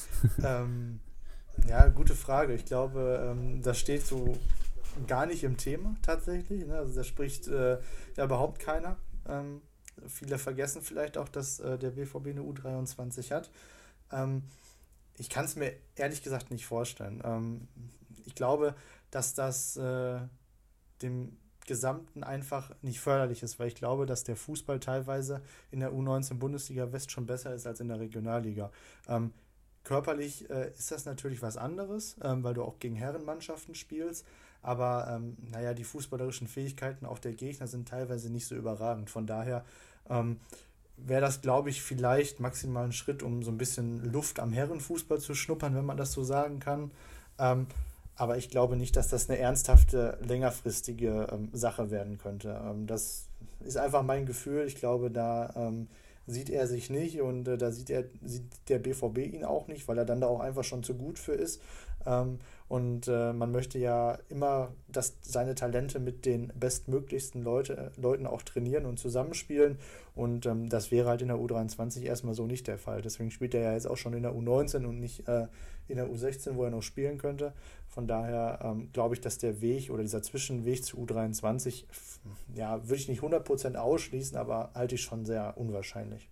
Ähm, ja, gute Frage. Ich glaube, ähm, das steht so gar nicht im Thema tatsächlich. Ne? Also da spricht äh, ja überhaupt keiner. Ähm, viele vergessen vielleicht auch, dass äh, der B V B eine U dreiundzwanzig hat. Ähm, Ich kann es mir ehrlich gesagt nicht vorstellen. Ähm, ich glaube, dass das äh, dem Gesamten einfach nicht förderlich ist, weil ich glaube, dass der Fußball teilweise in der U neunzehn Bundesliga West schon besser ist als in der Regionalliga. Ähm, körperlich äh, ist das natürlich was anderes, ähm, weil du auch gegen Herrenmannschaften spielst, aber ähm, naja, die fußballerischen Fähigkeiten auch der Gegner sind teilweise nicht so überragend. Von daher ähm, wäre das, glaube ich, vielleicht maximal ein Schritt, um so ein bisschen Luft am Herrenfußball zu schnuppern, wenn man das so sagen kann. Ähm, aber ich glaube nicht, dass das eine ernsthafte, längerfristige ähm, Sache werden könnte. Ähm, das ist einfach mein Gefühl. Ich glaube, da ähm, sieht er sich nicht und äh, da sieht er, sieht der B V B ihn auch nicht, weil er dann da auch einfach schon zu gut für ist. Ähm, und äh, man möchte ja immer, dass seine Talente mit den bestmöglichsten Leute, Leuten auch trainieren und zusammenspielen. Und ähm, das wäre halt in der U dreiundzwanzig erstmal so nicht der Fall. Deswegen spielt er ja jetzt auch schon in der U neunzehn und nicht äh, in der U sechzehn, wo er noch spielen könnte. Von daher ähm, glaube ich, dass der Weg oder dieser Zwischenweg zu U dreiundzwanzig, ja, würde ich nicht hundert Prozent ausschließen, aber halte ich schon sehr unwahrscheinlich.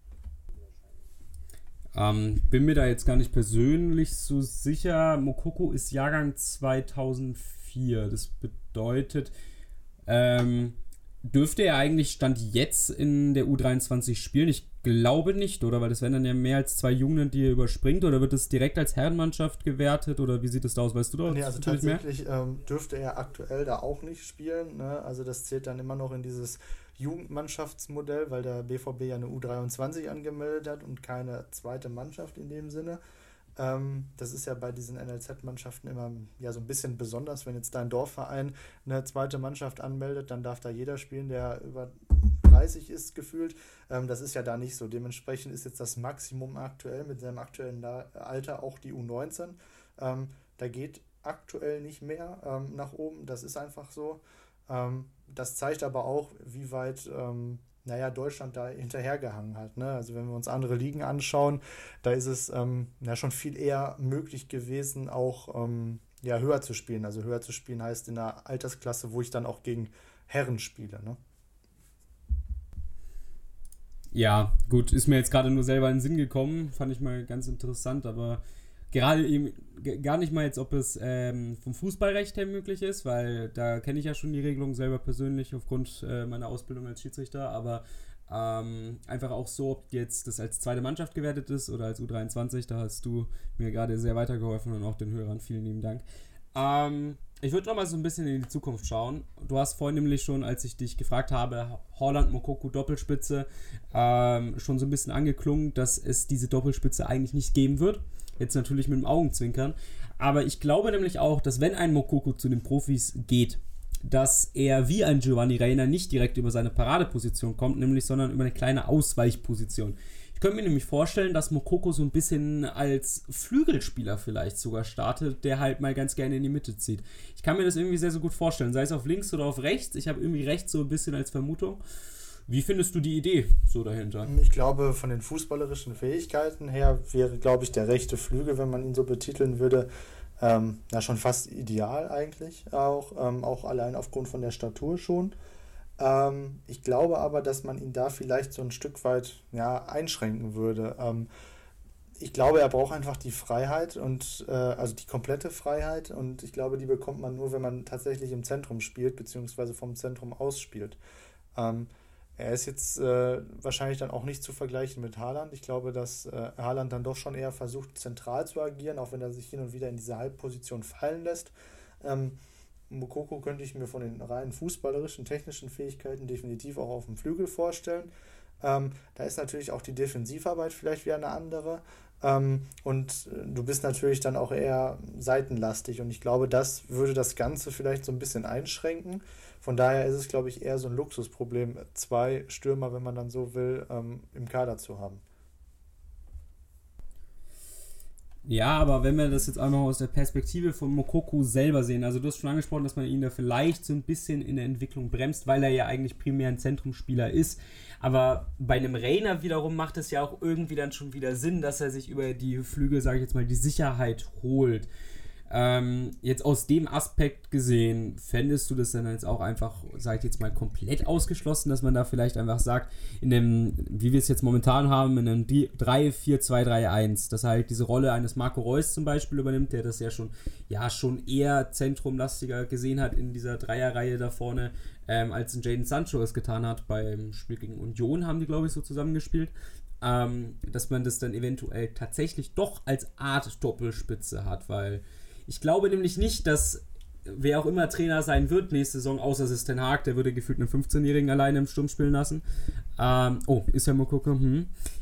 Ähm, bin mir da jetzt gar nicht persönlich so sicher. Moukoko ist Jahrgang zweitausendvier. Das bedeutet, ähm, dürfte er eigentlich Stand jetzt in der U dreiundzwanzig spielen? Ich glaube nicht, oder? Weil das wären dann ja mehr als zwei Jungen, die er überspringt. Oder wird es direkt als Herrenmannschaft gewertet? Oder wie sieht es da aus? Weißt du da Nee, also natürlich mehr? tatsächlich ähm, dürfte er aktuell da auch nicht spielen. Ne? Also das zählt dann immer noch in dieses Jugendmannschaftsmodell, weil der B V B ja eine U dreiundzwanzig angemeldet hat und keine zweite Mannschaft in dem Sinne. Ähm, das ist ja bei diesen N L Z-Mannschaften immer ja so ein bisschen besonders. Wenn jetzt dein Dorfverein eine zweite Mannschaft anmeldet, dann darf da jeder spielen, der über dreißig ist gefühlt. Ähm, das ist ja da nicht so. Dementsprechend ist jetzt das Maximum aktuell mit seinem aktuellen Alter auch die U neunzehn. Ähm, da geht aktuell nicht mehr ähm, nach oben. Das ist einfach so. Ähm, das zeigt aber auch, wie weit ähm, naja, Deutschland da hinterhergehangen hat. Ne? Also wenn wir uns andere Ligen anschauen, da ist es ähm, ja, schon viel eher möglich gewesen, auch ähm, ja, höher zu spielen. Also höher zu spielen heißt in einer Altersklasse, wo ich dann auch gegen Herren spiele. Ne? Ja, gut, ist mir jetzt gerade nur selber in den Sinn gekommen, fand ich mal ganz interessant, aber gerade eben g- gar nicht mal jetzt, ob es ähm, vom Fußballrecht her möglich ist, weil da kenne ich ja schon die Regelung selber persönlich aufgrund äh, meiner Ausbildung als Schiedsrichter, aber ähm, einfach auch so, ob jetzt das als zweite Mannschaft gewertet ist oder als U dreiundzwanzig, da hast du mir gerade sehr weitergeholfen und auch den Hörern vielen lieben Dank. Ähm, ich würde noch mal so ein bisschen in die Zukunft schauen. Du hast vorhin nämlich schon, als ich dich gefragt habe, Haaland, Moukoko, Doppelspitze, ähm, schon so ein bisschen angeklungen, dass es diese Doppelspitze eigentlich nicht geben wird. Jetzt natürlich mit dem Augenzwinkern. Aber ich glaube nämlich auch, dass wenn ein Moukoko zu den Profis geht, dass er wie ein Giovanni Reina nicht direkt über seine Paradeposition kommt, nämlich sondern über eine kleine Ausweichposition. Ich könnte mir nämlich vorstellen, dass Moukoko so ein bisschen als Flügelspieler vielleicht sogar startet, der halt mal ganz gerne in die Mitte zieht. Ich kann mir das irgendwie sehr, sehr gut vorstellen, sei es auf links oder auf rechts. Ich habe irgendwie rechts so ein bisschen als Vermutung. Wie findest du die Idee so dahinter? Ich glaube, von den fußballerischen Fähigkeiten her wäre, glaube ich, der rechte Flügel, wenn man ihn so betiteln würde, ähm, ja, schon fast ideal eigentlich, auch, ähm, auch allein aufgrund von der Statur schon. Ähm, ich glaube aber, dass man ihn da vielleicht so ein Stück weit ja, einschränken würde. Ähm, ich glaube, er braucht einfach die Freiheit und äh, also die komplette Freiheit und ich glaube, die bekommt man nur, wenn man tatsächlich im Zentrum spielt, beziehungsweise vom Zentrum aus spielt. Ähm, er ist jetzt äh, wahrscheinlich dann auch nicht zu vergleichen mit Haaland. Ich glaube, dass äh, Haaland dann doch schon eher versucht, zentral zu agieren, auch wenn er sich hin und wieder in diese Halbposition fallen lässt. Ähm, Moukoko könnte ich mir von den rein fußballerischen, technischen Fähigkeiten definitiv auch auf dem Flügel vorstellen. Ähm, da ist natürlich auch die Defensivarbeit vielleicht wieder eine andere. Ähm, und äh, du bist natürlich dann auch eher seitenlastig. Und ich glaube, das würde das Ganze vielleicht so ein bisschen einschränken. Von daher ist es, glaube ich, eher so ein Luxusproblem, zwei Stürmer, wenn man dann so will, ähm, im Kader zu haben. Ja, aber wenn wir das jetzt einmal aus der Perspektive von Moukoko selber sehen, also du hast schon angesprochen, dass man ihn da vielleicht so ein bisschen in der Entwicklung bremst, weil er ja eigentlich primär ein Zentrumspieler ist, aber bei einem Reina wiederum macht es ja auch irgendwie dann schon wieder Sinn, dass er sich über die Flügel, sage ich jetzt mal, die Sicherheit holt. Ähm, jetzt aus dem Aspekt gesehen, fändest du das dann jetzt auch einfach, sag ich jetzt mal, komplett ausgeschlossen, dass man da vielleicht einfach sagt, in dem, wie wir es jetzt momentan haben, in einem drei vier zwei drei eins, dass er halt diese Rolle eines Marco Reus zum Beispiel übernimmt, der das ja schon, ja, schon eher zentrumlastiger gesehen hat in dieser Dreierreihe da vorne, ähm, als ein Jadon Sancho es getan hat. Beim Spiel gegen Union haben die, glaube ich, so zusammengespielt. Ähm, dass man das dann eventuell tatsächlich doch als Art Doppelspitze hat, weil ich glaube nämlich nicht, dass wer auch immer Trainer sein wird nächste Saison, außer es ist Ten Hag, der würde gefühlt einen fünfzehnjährigen alleine im Sturm spielen lassen. Ähm, oh, ist ja mal gucken. Hm.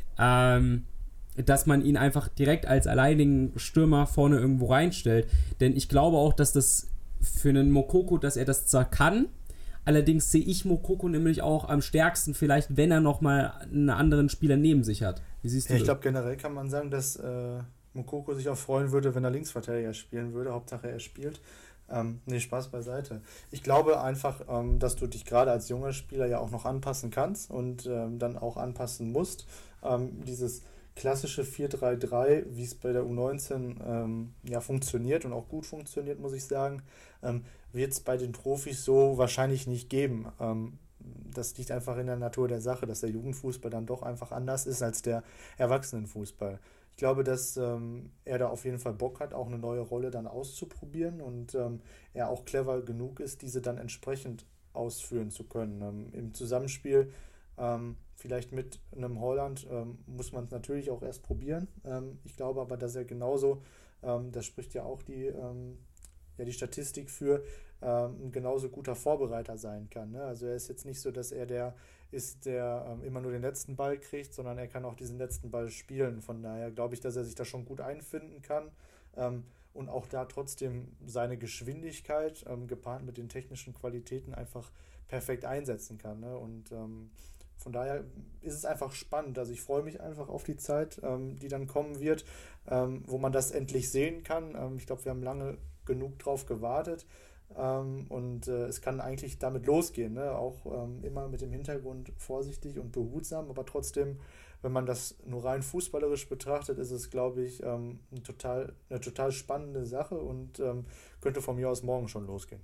Ähm, dass man ihn einfach direkt als alleinigen Stürmer vorne irgendwo reinstellt. Denn ich glaube auch, dass das für einen Moukoko, dass er das zwar kann, allerdings sehe ich Moukoko nämlich auch am stärksten vielleicht, wenn er nochmal einen anderen Spieler neben sich hat. Wie siehst du Ja, ich das? glaube, generell kann man sagen, dass äh, Moukoko sich auch freuen würde, wenn er Linksverteidiger spielen würde. Hauptsache er spielt. Ähm, nee, Spaß beiseite. Ich glaube einfach, ähm, dass du dich gerade als junger Spieler ja auch noch anpassen kannst und ähm, dann auch anpassen musst. Ähm, dieses klassische vier drei drei, wie es bei der U neunzehn ähm, ja funktioniert und auch gut funktioniert, muss ich sagen, ähm, wird es bei den Profis so wahrscheinlich nicht geben. Ähm, das liegt einfach in der Natur der Sache, dass der Jugendfußball dann doch einfach anders ist als der Erwachsenenfußball. Ich glaube, dass ähm, er da auf jeden Fall Bock hat, auch eine neue Rolle dann auszuprobieren und ähm, er auch clever genug ist, diese dann entsprechend ausführen zu können. Ähm, Im Zusammenspiel ähm, vielleicht mit einem Holland ähm, muss man es natürlich auch erst probieren. Ähm, ich glaube aber, dass er genauso, ähm, das spricht ja auch die, ähm, ja, die Statistik für, ähm, ein genauso guter Vorbereiter sein kann. Ne? Also er ist jetzt nicht so, dass er der ist, der ähm, immer nur den letzten Ball kriegt, sondern er kann auch diesen letzten Ball spielen. Von daher glaube ich, dass er sich da schon gut einfinden kann ähm, und auch da trotzdem seine Geschwindigkeit ähm, gepaart mit den technischen Qualitäten einfach perfekt einsetzen kann. Ne? Und ähm, von daher ist es einfach spannend. Also ich freue mich einfach auf die Zeit, ähm, die dann kommen wird, ähm, wo man das endlich sehen kann. Ähm, ich glaube, wir haben lange genug drauf gewartet. Ähm, und äh, es kann eigentlich damit losgehen, ne? Auch ähm, immer mit dem Hintergrund vorsichtig und behutsam, aber trotzdem, wenn man das nur rein fußballerisch betrachtet, ist es, glaube ich, ähm, ein total, eine total spannende Sache und ähm, könnte von mir aus morgen schon losgehen.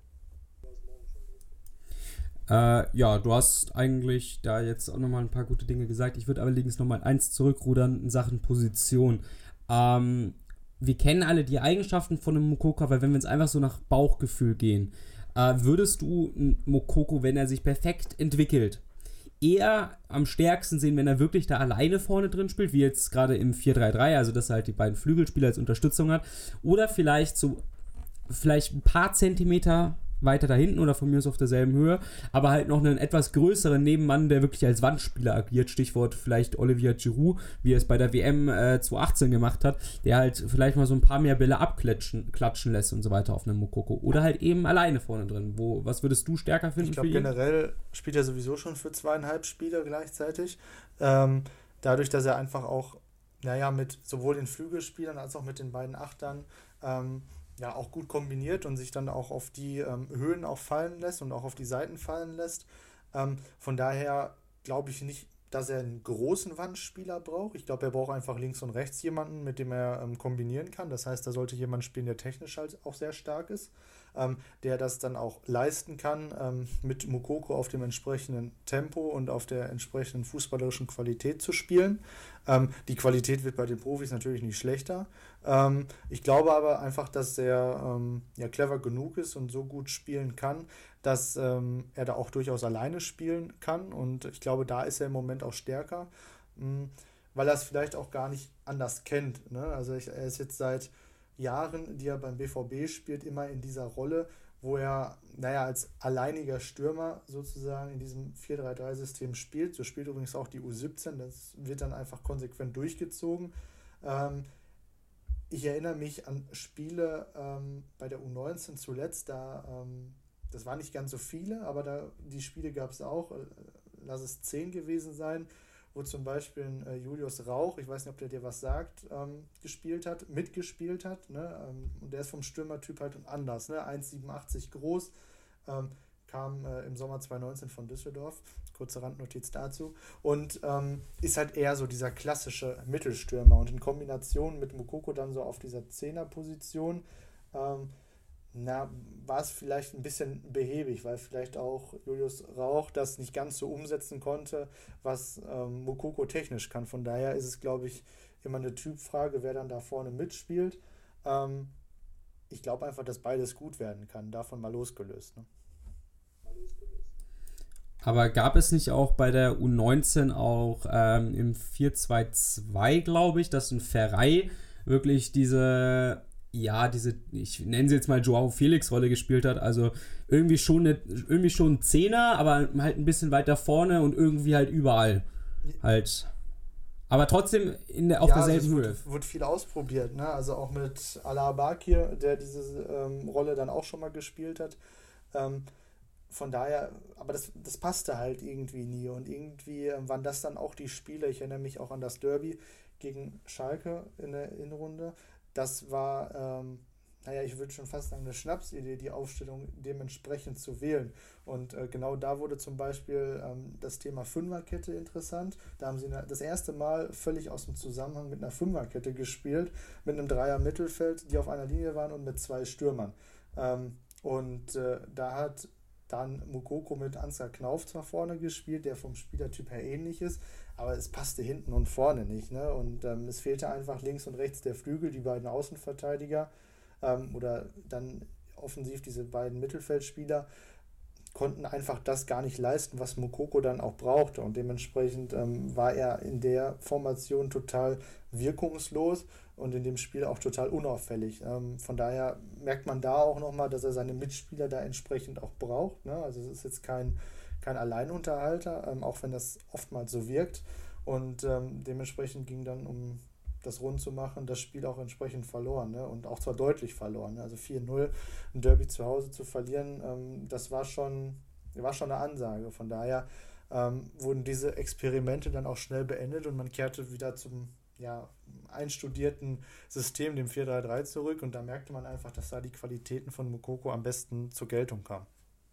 Äh, ja, du hast eigentlich da jetzt auch nochmal ein paar gute Dinge gesagt. Ich würde allerdings nochmal eins zurückrudern in Sachen Position. Ähm, wir kennen alle die Eigenschaften von einem Moukoko, weil wenn wir jetzt einfach so nach Bauchgefühl gehen, äh, würdest du einen Moukoko, wenn er sich perfekt entwickelt, eher am stärksten sehen, wenn er wirklich da alleine vorne drin spielt, wie jetzt gerade im vier drei drei, also dass er halt die beiden Flügelspieler als Unterstützung hat, oder vielleicht so vielleicht ein paar Zentimeter weiter da hinten oder von mir aus auf derselben Höhe, aber halt noch einen etwas größeren Nebenmann, der wirklich als Wandspieler agiert, Stichwort vielleicht Olivier Giroud, wie er es bei der W M äh, zwanzig achtzehn gemacht hat, der halt vielleicht mal so ein paar mehr Bälle abklatschen klatschen lässt und so weiter auf einem Moukoko. Oder halt eben alleine vorne drin. Wo, was würdest du stärker finden? Ich glaube, generell spielt er sowieso schon für zweieinhalb Spieler gleichzeitig. Ähm, dadurch, dass er einfach auch, naja, mit sowohl den Flügelspielern als auch mit den beiden Achtern ähm, ja auch gut kombiniert und sich dann auch auf die ähm, Höhen auch fallen lässt und auch auf die Seiten fallen lässt. Ähm, von daher glaube ich nicht, dass er einen großen Wandspieler braucht. Ich glaube, er braucht einfach links und rechts jemanden, mit dem er ähm, kombinieren kann. Das heißt, da sollte jemand spielen, der technisch halt auch sehr stark ist, ähm, der das dann auch leisten kann, ähm, mit Moukoko auf dem entsprechenden Tempo und auf der entsprechenden fußballerischen Qualität zu spielen. Ähm, die Qualität wird bei den Profis natürlich nicht schlechter. Ähm, ich glaube aber einfach, dass er ähm, ja, clever genug ist und so gut spielen kann, dass ähm, er da auch durchaus alleine spielen kann. Und ich glaube, da ist er im Moment auch stärker, mh, weil er es vielleicht auch gar nicht anders kennt. Ne? Also ich, er ist jetzt seit Jahren, die er beim B V B spielt, immer in dieser Rolle, wo er, naja, als alleiniger Stürmer sozusagen in diesem vier drei drei System spielt. So spielt übrigens auch die U siebzehn, das wird dann einfach konsequent durchgezogen. Ähm, ich erinnere mich an Spiele ähm, bei der U neunzehn zuletzt, da, ähm, das waren nicht ganz so viele, aber da, die Spiele gab es auch, äh, lass es zehn gewesen sein, wo zum Beispiel ein, äh, Julius Rauch, ich weiß nicht, ob der dir was sagt, ähm, gespielt hat, mitgespielt hat, ne? Ähm, und der ist vom Stürmertyp halt anders, ne? eins Komma siebenundachtzig groß, ähm, kam äh, im Sommer zwanzig neunzehn von Düsseldorf, kurze Randnotiz dazu, und ähm, ist halt eher so dieser klassische Mittelstürmer und in Kombination mit Moukoko dann so auf dieser Zehnerposition, ähm, na, war es vielleicht ein bisschen behäbig, weil vielleicht auch Julius Rauch das nicht ganz so umsetzen konnte, was ähm, Moukoko technisch kann. Von daher ist es, glaube ich, immer eine Typfrage, wer dann da vorne mitspielt. Ähm, ich glaube einfach, dass beides gut werden kann, davon mal losgelöst. Ne? Aber gab es nicht auch bei der U neunzehn auch ähm, im vier zwei zwei, glaube ich, dass ein Ferrei wirklich diese, ja, diese, ich nenne sie jetzt mal Joao Felix-Rolle gespielt hat, also irgendwie schon, eine, irgendwie schon ein Zehner, aber halt ein bisschen weiter vorne und irgendwie halt überall halt. Aber trotzdem in der, auf ja, derselben also Höhe. Es wurde, wurde viel ausprobiert, ne? Also auch mit Alaa Bakir, der diese ähm, Rolle dann auch schon mal gespielt hat. Ähm, von daher, aber das, das passte halt irgendwie nie und irgendwie äh, waren das dann auch die Spiele, ich erinnere mich auch an das Derby gegen Schalke in der Hinrunde, das war, ähm, naja, ich würde schon fast sagen, eine Schnapsidee, die Aufstellung dementsprechend zu wählen. Und äh, genau da wurde zum Beispiel ähm, das Thema Fünferkette interessant. Da haben sie eine, das erste Mal völlig aus dem Zusammenhang mit einer Fünferkette gespielt, mit einem Dreier-Mittelfeld, die auf einer Linie waren und mit zwei Stürmern. Ähm, und äh, da hat dann Moukoko mit Ansgar Knauf zwar vorne gespielt, der vom Spielertyp her ähnlich ist, aber es passte hinten und vorne nicht. Ne? Und ähm, es fehlte einfach links und rechts der Flügel, die beiden Außenverteidiger ähm, oder dann offensiv diese beiden Mittelfeldspieler konnten einfach das gar nicht leisten, was Moukoko dann auch brauchte. Und dementsprechend ähm, war er in der Formation total wirkungslos und in dem Spiel auch total unauffällig. Ähm, von daher merkt man da auch nochmal, dass er seine Mitspieler da entsprechend auch braucht. Ne? Also es ist jetzt kein, kein Alleinunterhalter, ähm, auch wenn das oftmals so wirkt. Und ähm, dementsprechend ging dann, um das rund zu machen, das Spiel auch entsprechend verloren. Ne? Und auch zwar deutlich verloren. Ne? Also vier null, ein Derby zu Hause zu verlieren, ähm, das war schon, war schon eine Ansage. Von daher ähm, wurden diese Experimente dann auch schnell beendet und man kehrte wieder zum ja, einstudierten System, dem vier drei drei, zurück und da merkte man einfach, dass da die Qualitäten von Moukoko am besten zur Geltung kamen.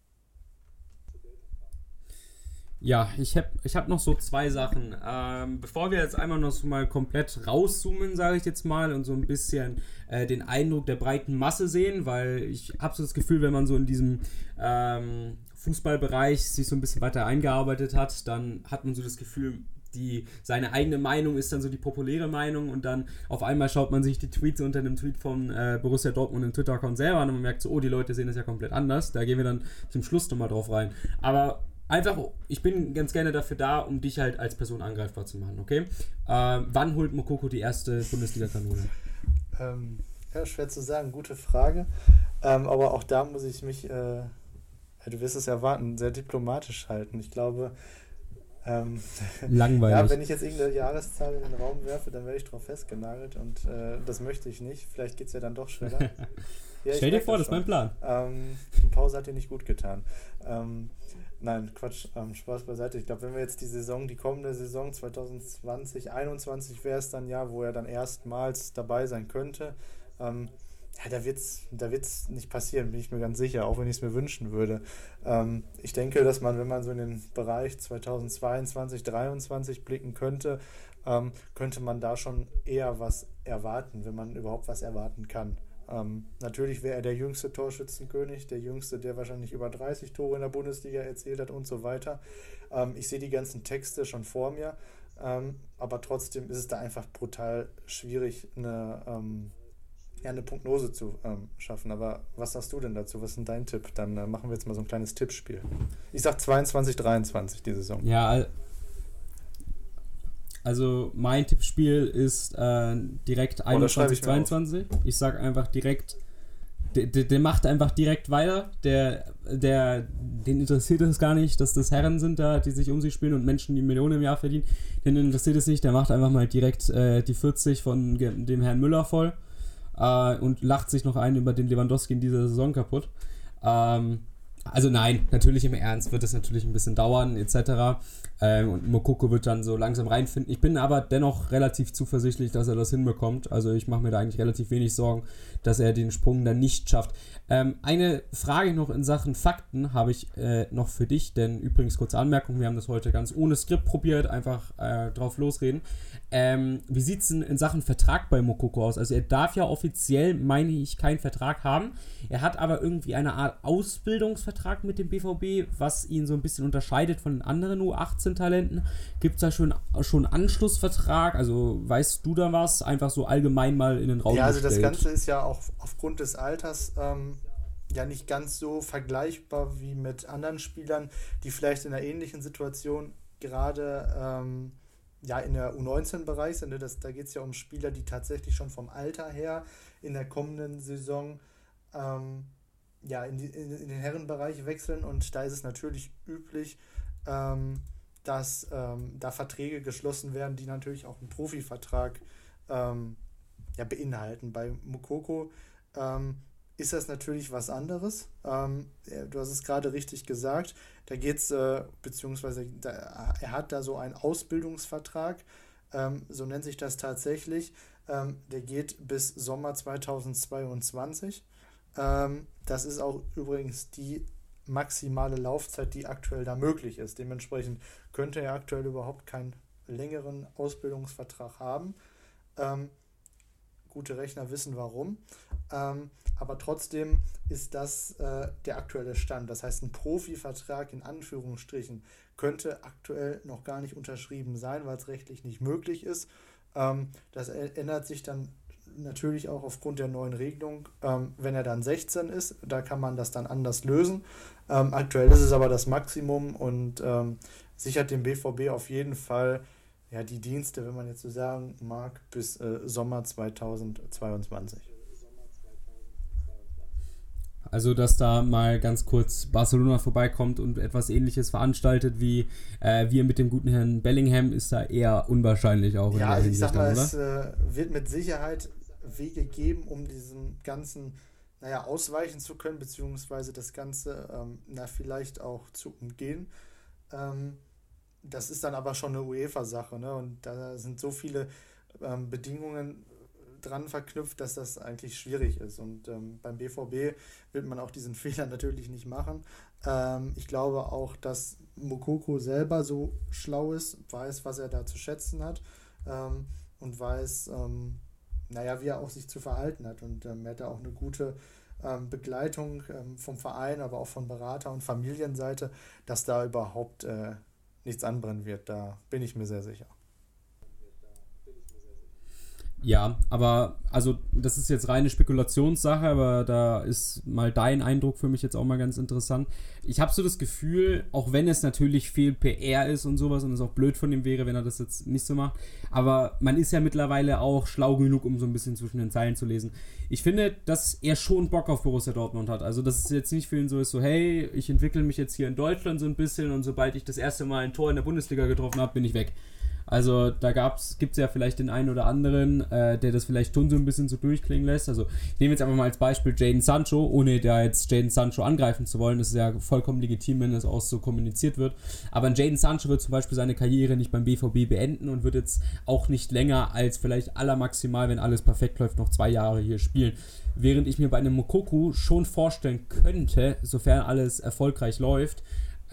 Ja, ich habe ich hab noch so zwei Sachen. Ähm, bevor wir jetzt einmal noch so mal komplett rauszoomen, sage ich jetzt mal, und so ein bisschen äh, den Eindruck der breiten Masse sehen, weil ich habe so das Gefühl, wenn man so in diesem ähm, Fußballbereich sich so ein bisschen weiter eingearbeitet hat, dann hat man so das Gefühl, die, seine eigene Meinung ist dann so die populäre Meinung und dann auf einmal schaut man sich die Tweets unter einem Tweet von äh, Borussia Dortmund im Twitter-Account selber an und man merkt so, oh, die Leute sehen das ja komplett anders. Da gehen wir dann zum Schluss nochmal drauf rein. Aber einfach, ich bin ganz gerne dafür da, um dich halt als Person angreifbar zu machen, okay? Äh, wann holt Moukoko die erste Bundesliga-Kanone? Ähm, ja, schwer zu sagen, gute Frage. Ähm, aber auch da muss ich mich, äh, ja, du wirst es erwarten, sehr diplomatisch halten. Ich glaube, ähm, langweilig. Ja, wenn ich jetzt irgendeine Jahreszahl in den Raum werfe, dann werde ich drauf festgenagelt und äh, das möchte ich nicht. Vielleicht geht es ja dann doch schneller. Ja, stell dir vor, das ist mein Plan. Ähm, die Pause hat dir nicht gut getan. Ähm, nein, Quatsch, ähm, Spaß beiseite. Ich glaube, wenn wir jetzt die Saison, die kommende Saison zwanzig zwanzig, einundzwanzig wäre es dann ja, wo er dann erstmals dabei sein könnte. Ähm, ja, da wird es da wird's nicht passieren, bin ich mir ganz sicher, auch wenn ich es mir wünschen würde. Ähm, ich denke, dass man, wenn man so in den Bereich zweitausendzweiundzwanzig, dreiundzwanzig blicken könnte, ähm, könnte man da schon eher was erwarten, wenn man überhaupt was erwarten kann. Ähm, natürlich wäre er der jüngste Torschützenkönig, der jüngste, der wahrscheinlich über dreißig Tore in der Bundesliga erzielt hat und so weiter. Ähm, ich sehe die ganzen Texte schon vor mir, ähm, aber trotzdem ist es da einfach brutal schwierig, eine, ähm, ja, eine Prognose zu ähm, schaffen. Aber was sagst du denn dazu? Was ist denn dein Tipp? Dann äh, machen wir jetzt mal so ein kleines Tippspiel. Ich sag zweiundzwanzig, dreiundzwanzig die Saison. Ja, also mein Tippspiel ist äh, direkt einundzwanzig, zweiundzwanzig. Ich, ich sag einfach direkt, der, der, der macht einfach direkt weiter. Der, der, den interessiert es gar nicht, dass das Herren sind da, die sich um sich spielen und Menschen, die Millionen im Jahr verdienen. Den interessiert es nicht. Der macht einfach mal direkt äh, die vierzig von dem Herrn Müller voll äh, und lacht sich noch ein über den Lewandowski in dieser Saison kaputt. Ähm, also nein, natürlich im Ernst wird es natürlich ein bisschen dauern et cetera. Ähm, und Moukoko wird dann so langsam reinfinden. Ich bin aber dennoch relativ zuversichtlich, dass er das hinbekommt. Also ich mache mir da eigentlich relativ wenig Sorgen, dass er den Sprung dann nicht schafft. Ähm, eine Frage noch in Sachen Fakten habe ich äh, noch für dich, denn übrigens kurze Anmerkung, wir haben das heute ganz ohne Skript probiert, einfach äh, drauf losreden. Ähm, wie sieht es denn in Sachen Vertrag bei Moukoko aus? Also er darf ja offiziell, meine ich, keinen Vertrag haben. Er hat aber irgendwie eine Art Ausbildungsvertrag mit dem B V B, was ihn so ein bisschen unterscheidet von den anderen U achtzehn Talenten. Gibt es da schon schon einen Anschlussvertrag? Also weißt du da was? Einfach so allgemein mal in den Raum Ja, also gestellt. das Ganze ist ja auch aufgrund des Alters ähm, ja nicht ganz so vergleichbar wie mit anderen Spielern, die vielleicht in einer ähnlichen Situation gerade ähm, ja in der U neunzehn-Bereich sind. Ne? Das, da geht es ja um Spieler, die tatsächlich schon vom Alter her in der kommenden Saison ähm, ja, in, die, in, in den Herrenbereich wechseln und da ist es natürlich üblich, ähm, dass ähm, da Verträge geschlossen werden, die natürlich auch einen Profivertrag ähm, ja, beinhalten. Bei Moukoko ähm, ist das natürlich was anderes. Ähm, du hast es gerade richtig gesagt. Da geht es, äh, beziehungsweise da, er hat da so einen Ausbildungsvertrag, ähm, so nennt sich das tatsächlich. Ähm, der geht bis Sommer zweitausendzweiundzwanzig. Ähm, das ist auch übrigens die maximale Laufzeit, die aktuell da möglich ist. Dementsprechend könnte er aktuell überhaupt keinen längeren Ausbildungsvertrag haben. Ähm, gute Rechner wissen warum. Ähm, aber trotzdem ist das äh, der aktuelle Stand. Das heißt, ein Profivertrag in Anführungsstrichen könnte aktuell noch gar nicht unterschrieben sein, weil es rechtlich nicht möglich ist. Ähm, das ändert sich dann natürlich auch aufgrund der neuen Regelung, ähm, wenn er dann sechzehn ist, da kann man das dann anders lösen. Ähm, aktuell ist es aber das Maximum und ähm, sichert dem B V B auf jeden Fall ja, die Dienste, wenn man jetzt so sagen mag, bis äh, Sommer zweitausendzweiundzwanzig. Also, dass da mal ganz kurz Barcelona vorbeikommt und etwas Ähnliches veranstaltet wie äh, wir mit dem guten Herrn Bellingham, ist da eher unwahrscheinlich auch. Ja, also ich sag mal, dann, es äh, wird mit Sicherheit Wege geben, um diesem Ganzen, naja, ausweichen zu können, beziehungsweise das Ganze, ähm, na, vielleicht auch zu umgehen. Ähm, das ist dann aber schon eine UEFA-Sache, ne? Und da sind so viele ähm, Bedingungen dran verknüpft, dass das eigentlich schwierig ist. Und ähm, beim B V B wird man auch diesen Fehler natürlich nicht machen. Ähm, ich glaube auch, dass Moukoko selber so schlau ist, weiß, was er da zu schätzen hat, ähm, und weiß, ähm, naja, wie er auch sich zu verhalten hat. Und ähm, er hat da auch eine gute ähm, Begleitung ähm, vom Verein, aber auch von Berater- und Familienseite, dass da überhaupt äh, nichts anbrennen wird. Da bin ich mir sehr sicher. Ja, aber also das ist jetzt reine Spekulationssache, aber da ist mal dein Eindruck für mich jetzt auch mal ganz interessant. Ich habe so das Gefühl, auch wenn es natürlich viel P R ist und sowas und es auch blöd von ihm wäre, wenn er das jetzt nicht so macht, aber man ist ja mittlerweile auch schlau genug, um so ein bisschen zwischen den Zeilen zu lesen. Ich finde, dass er schon Bock auf Borussia Dortmund hat. Also dass es jetzt nicht für ihn so ist, so hey, ich entwickle mich jetzt hier in Deutschland so ein bisschen und sobald ich das erste Mal ein Tor in der Bundesliga getroffen habe, bin ich weg. Also da gibt es ja vielleicht den einen oder anderen, äh, der das vielleicht schon so ein bisschen so durchklingen lässt. Also ich nehme jetzt einfach mal als Beispiel Jadon Sancho, ohne da jetzt Jadon Sancho angreifen zu wollen. Das ist ja vollkommen legitim, wenn das auch so kommuniziert wird. Aber ein Jadon Sancho wird zum Beispiel seine Karriere nicht beim B V B beenden und wird jetzt auch nicht länger als vielleicht allermaximal, wenn alles perfekt läuft, noch zwei Jahre hier spielen. Während ich mir bei einem Moukoko schon vorstellen könnte, sofern alles erfolgreich läuft,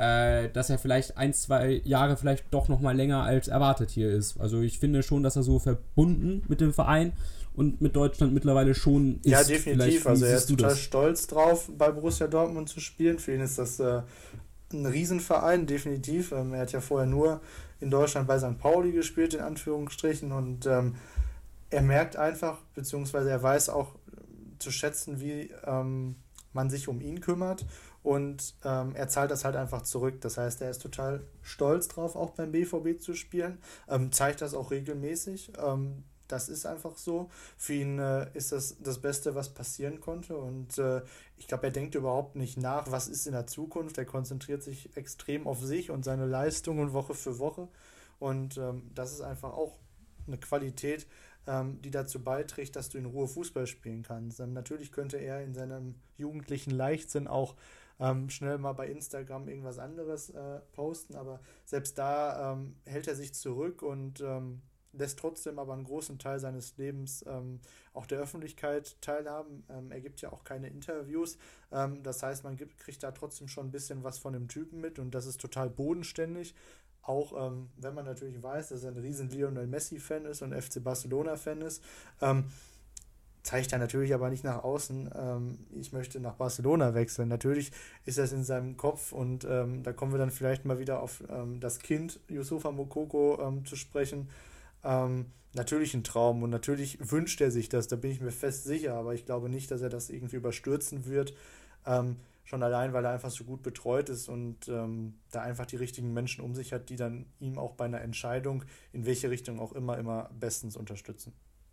dass er vielleicht ein, zwei Jahre vielleicht doch noch mal länger als erwartet hier ist. Also ich finde schon, dass er so verbunden mit dem Verein und mit Deutschland mittlerweile schon ist. Ja, definitiv. Also er ist total das? stolz drauf, bei Borussia Dortmund zu spielen. Für ihn ist das äh, ein Riesenverein, definitiv. Ähm, er hat ja vorher nur in Deutschland bei Sankt Pauli gespielt, in Anführungsstrichen. Und ähm, er merkt einfach, beziehungsweise er weiß auch zu schätzen, wie ähm, man sich um ihn kümmert. Und ähm, er zahlt das halt einfach zurück. Das heißt, er ist total stolz drauf, auch beim B V B zu spielen. Ähm, zeigt das auch regelmäßig. Ähm, das ist einfach so. Für ihn äh, ist das das Beste, was passieren konnte. Und äh, ich glaube, er denkt überhaupt nicht nach, was ist in der Zukunft. Er konzentriert sich extrem auf sich und seine Leistungen Woche für Woche. Und ähm, das ist einfach auch eine Qualität, ähm, die dazu beiträgt, dass du in Ruhe Fußball spielen kannst. Ähm, natürlich könnte er in seinem jugendlichen Leichtsinn auch Ähm, schnell mal bei Instagram irgendwas anderes äh, posten, aber selbst da ähm, hält er sich zurück und ähm, lässt trotzdem aber einen großen Teil seines Lebens ähm, auch der Öffentlichkeit teilhaben. Ähm, er gibt ja auch keine Interviews, ähm, das heißt, man gibt, kriegt da trotzdem schon ein bisschen was von dem Typen mit und das ist total bodenständig. Auch ähm, wenn man natürlich weiß, dass er ein riesen Lionel Messi-Fan ist und F C Barcelona-Fan ist, ähm, zeigt er natürlich aber nicht nach außen, ähm, ich möchte nach Barcelona wechseln. Natürlich ist das in seinem Kopf und ähm, da kommen wir dann vielleicht mal wieder auf ähm, das Kind Youssoufa Moukoko ähm, zu sprechen. Ähm, natürlich ein Traum und natürlich wünscht er sich das, da bin ich mir fest sicher, aber ich glaube nicht, dass er das irgendwie überstürzen wird. Ähm, schon allein, weil er einfach so gut betreut ist und ähm, da einfach die richtigen Menschen um sich hat, die dann ihm auch bei einer Entscheidung, in welche Richtung auch immer, immer bestens unterstützen.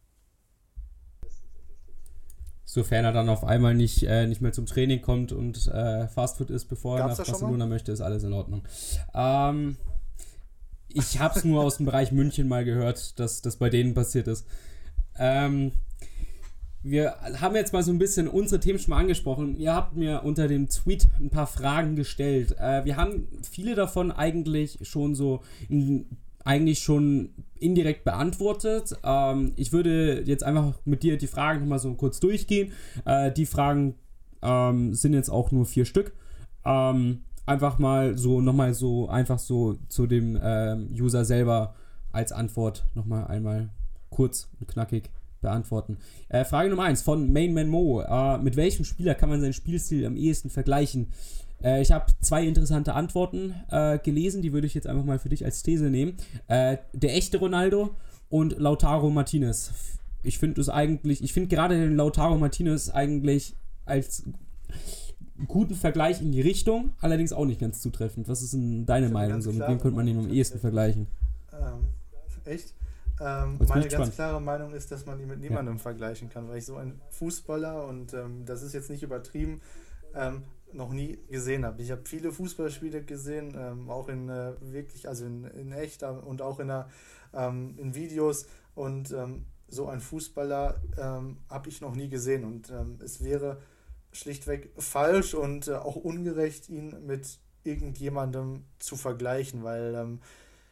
Sofern er dann auf einmal nicht, äh, nicht mehr zum Training kommt und äh, Fastfood isst, bevor Gab's er nach Barcelona möchte, ist alles in Ordnung. Ähm, ich habe es nur aus dem Bereich München mal gehört, dass das bei denen passiert ist. Ähm, wir haben jetzt mal so ein bisschen unsere Themen schon mal angesprochen. Ihr habt mir unter dem Tweet ein paar Fragen gestellt. Äh, wir haben viele davon eigentlich schon so in eigentlich schon indirekt beantwortet. Ähm, ich würde jetzt einfach mit dir die Fragen nochmal so kurz durchgehen. Äh, die Fragen ähm, sind jetzt auch nur vier Stück. Ähm, einfach mal so, nochmal so, einfach so zu dem ähm, User selber als Antwort nochmal einmal kurz und knackig beantworten. Äh, Frage Nummer eins von Mainman Mo. Äh, mit welchem Spieler kann man seinen Spielstil am ehesten vergleichen? Äh, ich habe zwei interessante Antworten äh, gelesen, die würde ich jetzt einfach mal für dich als These nehmen. Äh, der echte Ronaldo und Lautaro Martinez. Ich finde es eigentlich, ich finde gerade den Lautaro Martinez eigentlich als guten Vergleich in die Richtung, allerdings auch nicht ganz zutreffend. Was ist denn deine Meinung? So, mit wem könnte man ihn am ehesten vergleichen? Ähm, echt? Ähm, meine ganz klare Meinung ist, dass man ihn mit niemandem ja. vergleichen kann, weil ich so ein Fußballer und ähm, das ist jetzt nicht übertrieben, ähm, noch nie gesehen habe. Ich habe viele Fußballspiele gesehen, ähm, auch in äh, wirklich, also in, in echt und auch in, der, ähm, in Videos und ähm, so ein Fußballer ähm, habe ich noch nie gesehen und ähm, es wäre schlichtweg falsch und äh, auch ungerecht, ihn mit irgendjemandem zu vergleichen, weil ähm,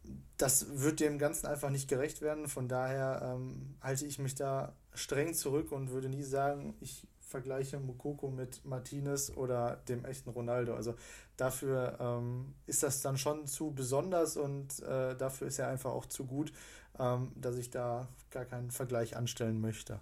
das wird dem Ganzen einfach nicht gerecht werden. Von daher ähm, halte ich mich da streng zurück und würde nie sagen, ich vergleiche Moukoko mit Martinez oder dem echten Ronaldo. Also dafür ähm, ist das dann schon zu besonders und äh, dafür ist er einfach auch zu gut, ähm, dass ich da gar keinen Vergleich anstellen möchte.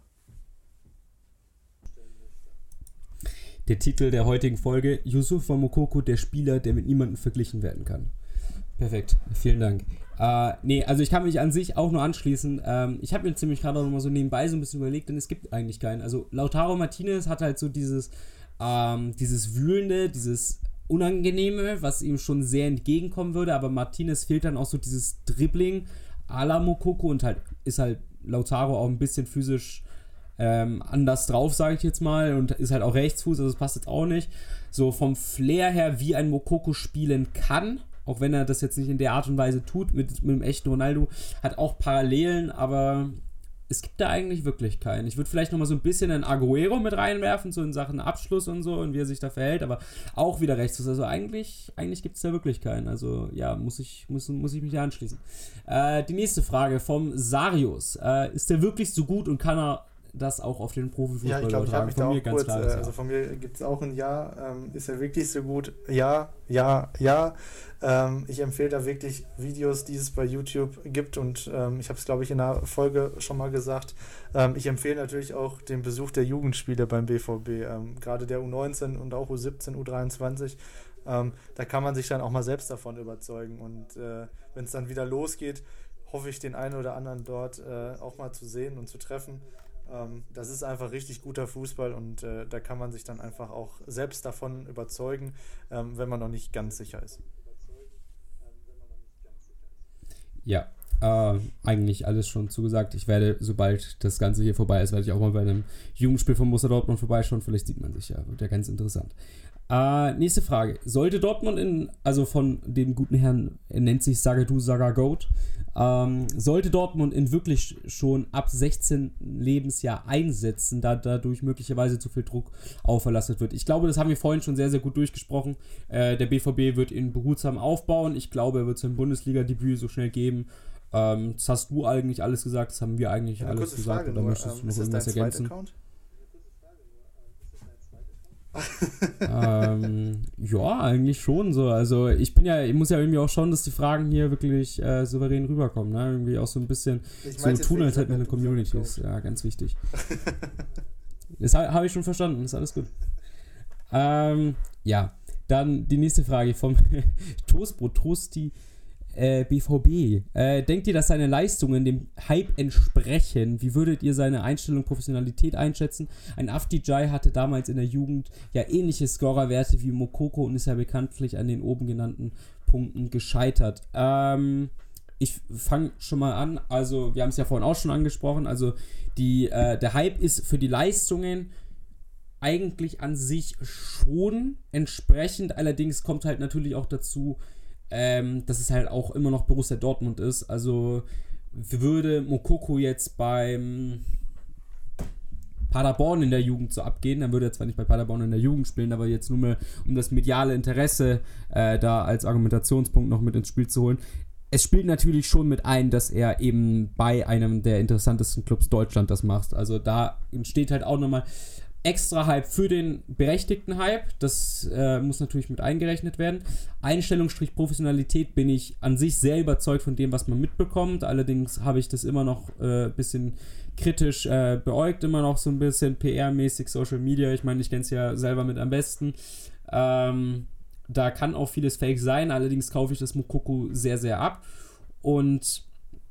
Der Titel der heutigen Folge: Youssoufa Moukoko, der Spieler, der mit niemandem verglichen werden kann. Perfekt, vielen Dank. Äh, nee, also ich kann mich an sich auch nur anschließen. Ähm, ich habe mir ziemlich gerade noch mal so nebenbei so ein bisschen überlegt, denn es gibt eigentlich keinen. Also Lautaro Martinez hat halt so dieses, ähm, dieses Wühlende, dieses Unangenehme, was ihm schon sehr entgegenkommen würde, aber Martinez fehlt dann auch so dieses Dribbling à la Moukoko und halt ist halt Lautaro auch ein bisschen physisch ähm, anders drauf, sage ich jetzt mal, und ist halt auch Rechtsfuß, also das passt jetzt auch nicht. So vom Flair her, wie ein Moukoko spielen kann, auch wenn er das jetzt nicht in der Art und Weise tut, mit, mit dem echten Ronaldo, hat auch Parallelen, aber es gibt da eigentlich wirklich keinen. Ich würde vielleicht nochmal so ein bisschen einen Agüero mit reinwerfen, so in Sachen Abschluss und so und wie er sich da verhält, aber auch wieder Rechtsfuß. Also eigentlich, eigentlich gibt es da wirklich keinen. Also ja, muss ich, muss, muss ich mich da anschließen. Äh, die nächste Frage vom Sarius. Äh, ist der wirklich so gut und kann er das auch auf den Profifußball Ja, ich glaube, ich habe mich da von auch mir ganz kurz, klar, äh, ja. also von mir gibt es auch ein Ja. Ähm, ist er wirklich so gut? Ja, ja, ja. Ähm, ich empfehle da wirklich Videos, die es bei YouTube gibt und ähm, ich habe es, glaube ich, in einer Folge schon mal gesagt. Ähm, ich empfehle natürlich auch den Besuch der Jugendspiele beim B V B, ähm, gerade der U neunzehn und auch U siebzehn, U dreiundzwanzig. Ähm, da kann man sich dann auch mal selbst davon überzeugen und äh, wenn es dann wieder losgeht, hoffe ich, den einen oder anderen dort äh, auch mal zu sehen und zu treffen. Das ist einfach richtig guter Fußball und äh, da kann man sich dann einfach auch selbst davon überzeugen, ähm, wenn man noch nicht ganz sicher ist. Ja, äh, eigentlich alles schon zugesagt. Ich werde, sobald das Ganze hier vorbei ist, werde ich auch mal bei einem Jugendspiel von Borussia Dortmund vorbeischauen. Vielleicht sieht man sich ja. Wird ja ganz interessant. Äh, nächste Frage. Sollte Dortmund in, also von dem guten Herrn, er nennt sich Sagadu Saga Goat, ähm, sollte Dortmund in wirklich schon ab sechzehn Lebensjahr einsetzen, da dadurch möglicherweise zu viel Druck auferlastet wird. Ich glaube, das haben wir vorhin schon sehr, sehr gut durchgesprochen. Äh, der B V B wird ihn behutsam aufbauen. Ich glaube, er wird sein Bundesliga-Debüt so schnell geben. Ähm, das hast du eigentlich alles gesagt, das haben wir eigentlich ja, alles gesagt. Frage, oder nur, möchtest ähm, du noch irgendwas ergänzen? Account? ähm, ja, eigentlich schon so. Also ich bin ja, ich muss ja irgendwie auch schauen, dass die Fragen hier wirklich äh, souverän rüberkommen, ne? Irgendwie auch so ein bisschen Ich so tun, als hätten wir eine Community. Ist ja ganz wichtig. Das habe ich schon verstanden, ist alles gut. Ähm, ja, dann die nächste Frage vom Toastbrot Toasti äh, B V B. Äh, denkt ihr, dass seine Leistungen dem Hype entsprechen? Wie würdet ihr seine Einstellung, Professionalität einschätzen? Ein Afdijay hatte damals in der Jugend ja ähnliche Scorerwerte wie Moukoko und ist ja bekanntlich an den oben genannten Punkten gescheitert. Ähm, ich fange schon mal an. Also wir haben es ja vorhin auch schon angesprochen. Also die, äh, der Hype ist für die Leistungen eigentlich an sich schon entsprechend. Allerdings kommt halt natürlich auch dazu, Ähm, dass es halt auch immer noch Borussia Dortmund ist. Also würde Moukoko jetzt beim Paderborn in der Jugend so abgehen, dann würde er zwar nicht bei Paderborn in der Jugend spielen, aber jetzt nur mal, um das mediale Interesse äh, da als Argumentationspunkt noch mit ins Spiel zu holen. Es spielt natürlich schon mit ein, dass er eben bei einem der interessantesten Clubs Deutschland das macht. Also da entsteht halt auch nochmal extra Hype für den berechtigten Hype, das äh, muss natürlich mit eingerechnet werden. Einstellung-Professionalität bin ich an sich sehr überzeugt von dem, was man mitbekommt. Allerdings habe ich das immer noch ein äh, bisschen kritisch äh, beäugt, immer noch so ein bisschen P R-mäßig, Social Media. Ich meine, ich kenne es ja selber mit am besten. Ähm, da kann auch vieles Fake sein, allerdings kaufe ich das Moukoko sehr, sehr ab. Und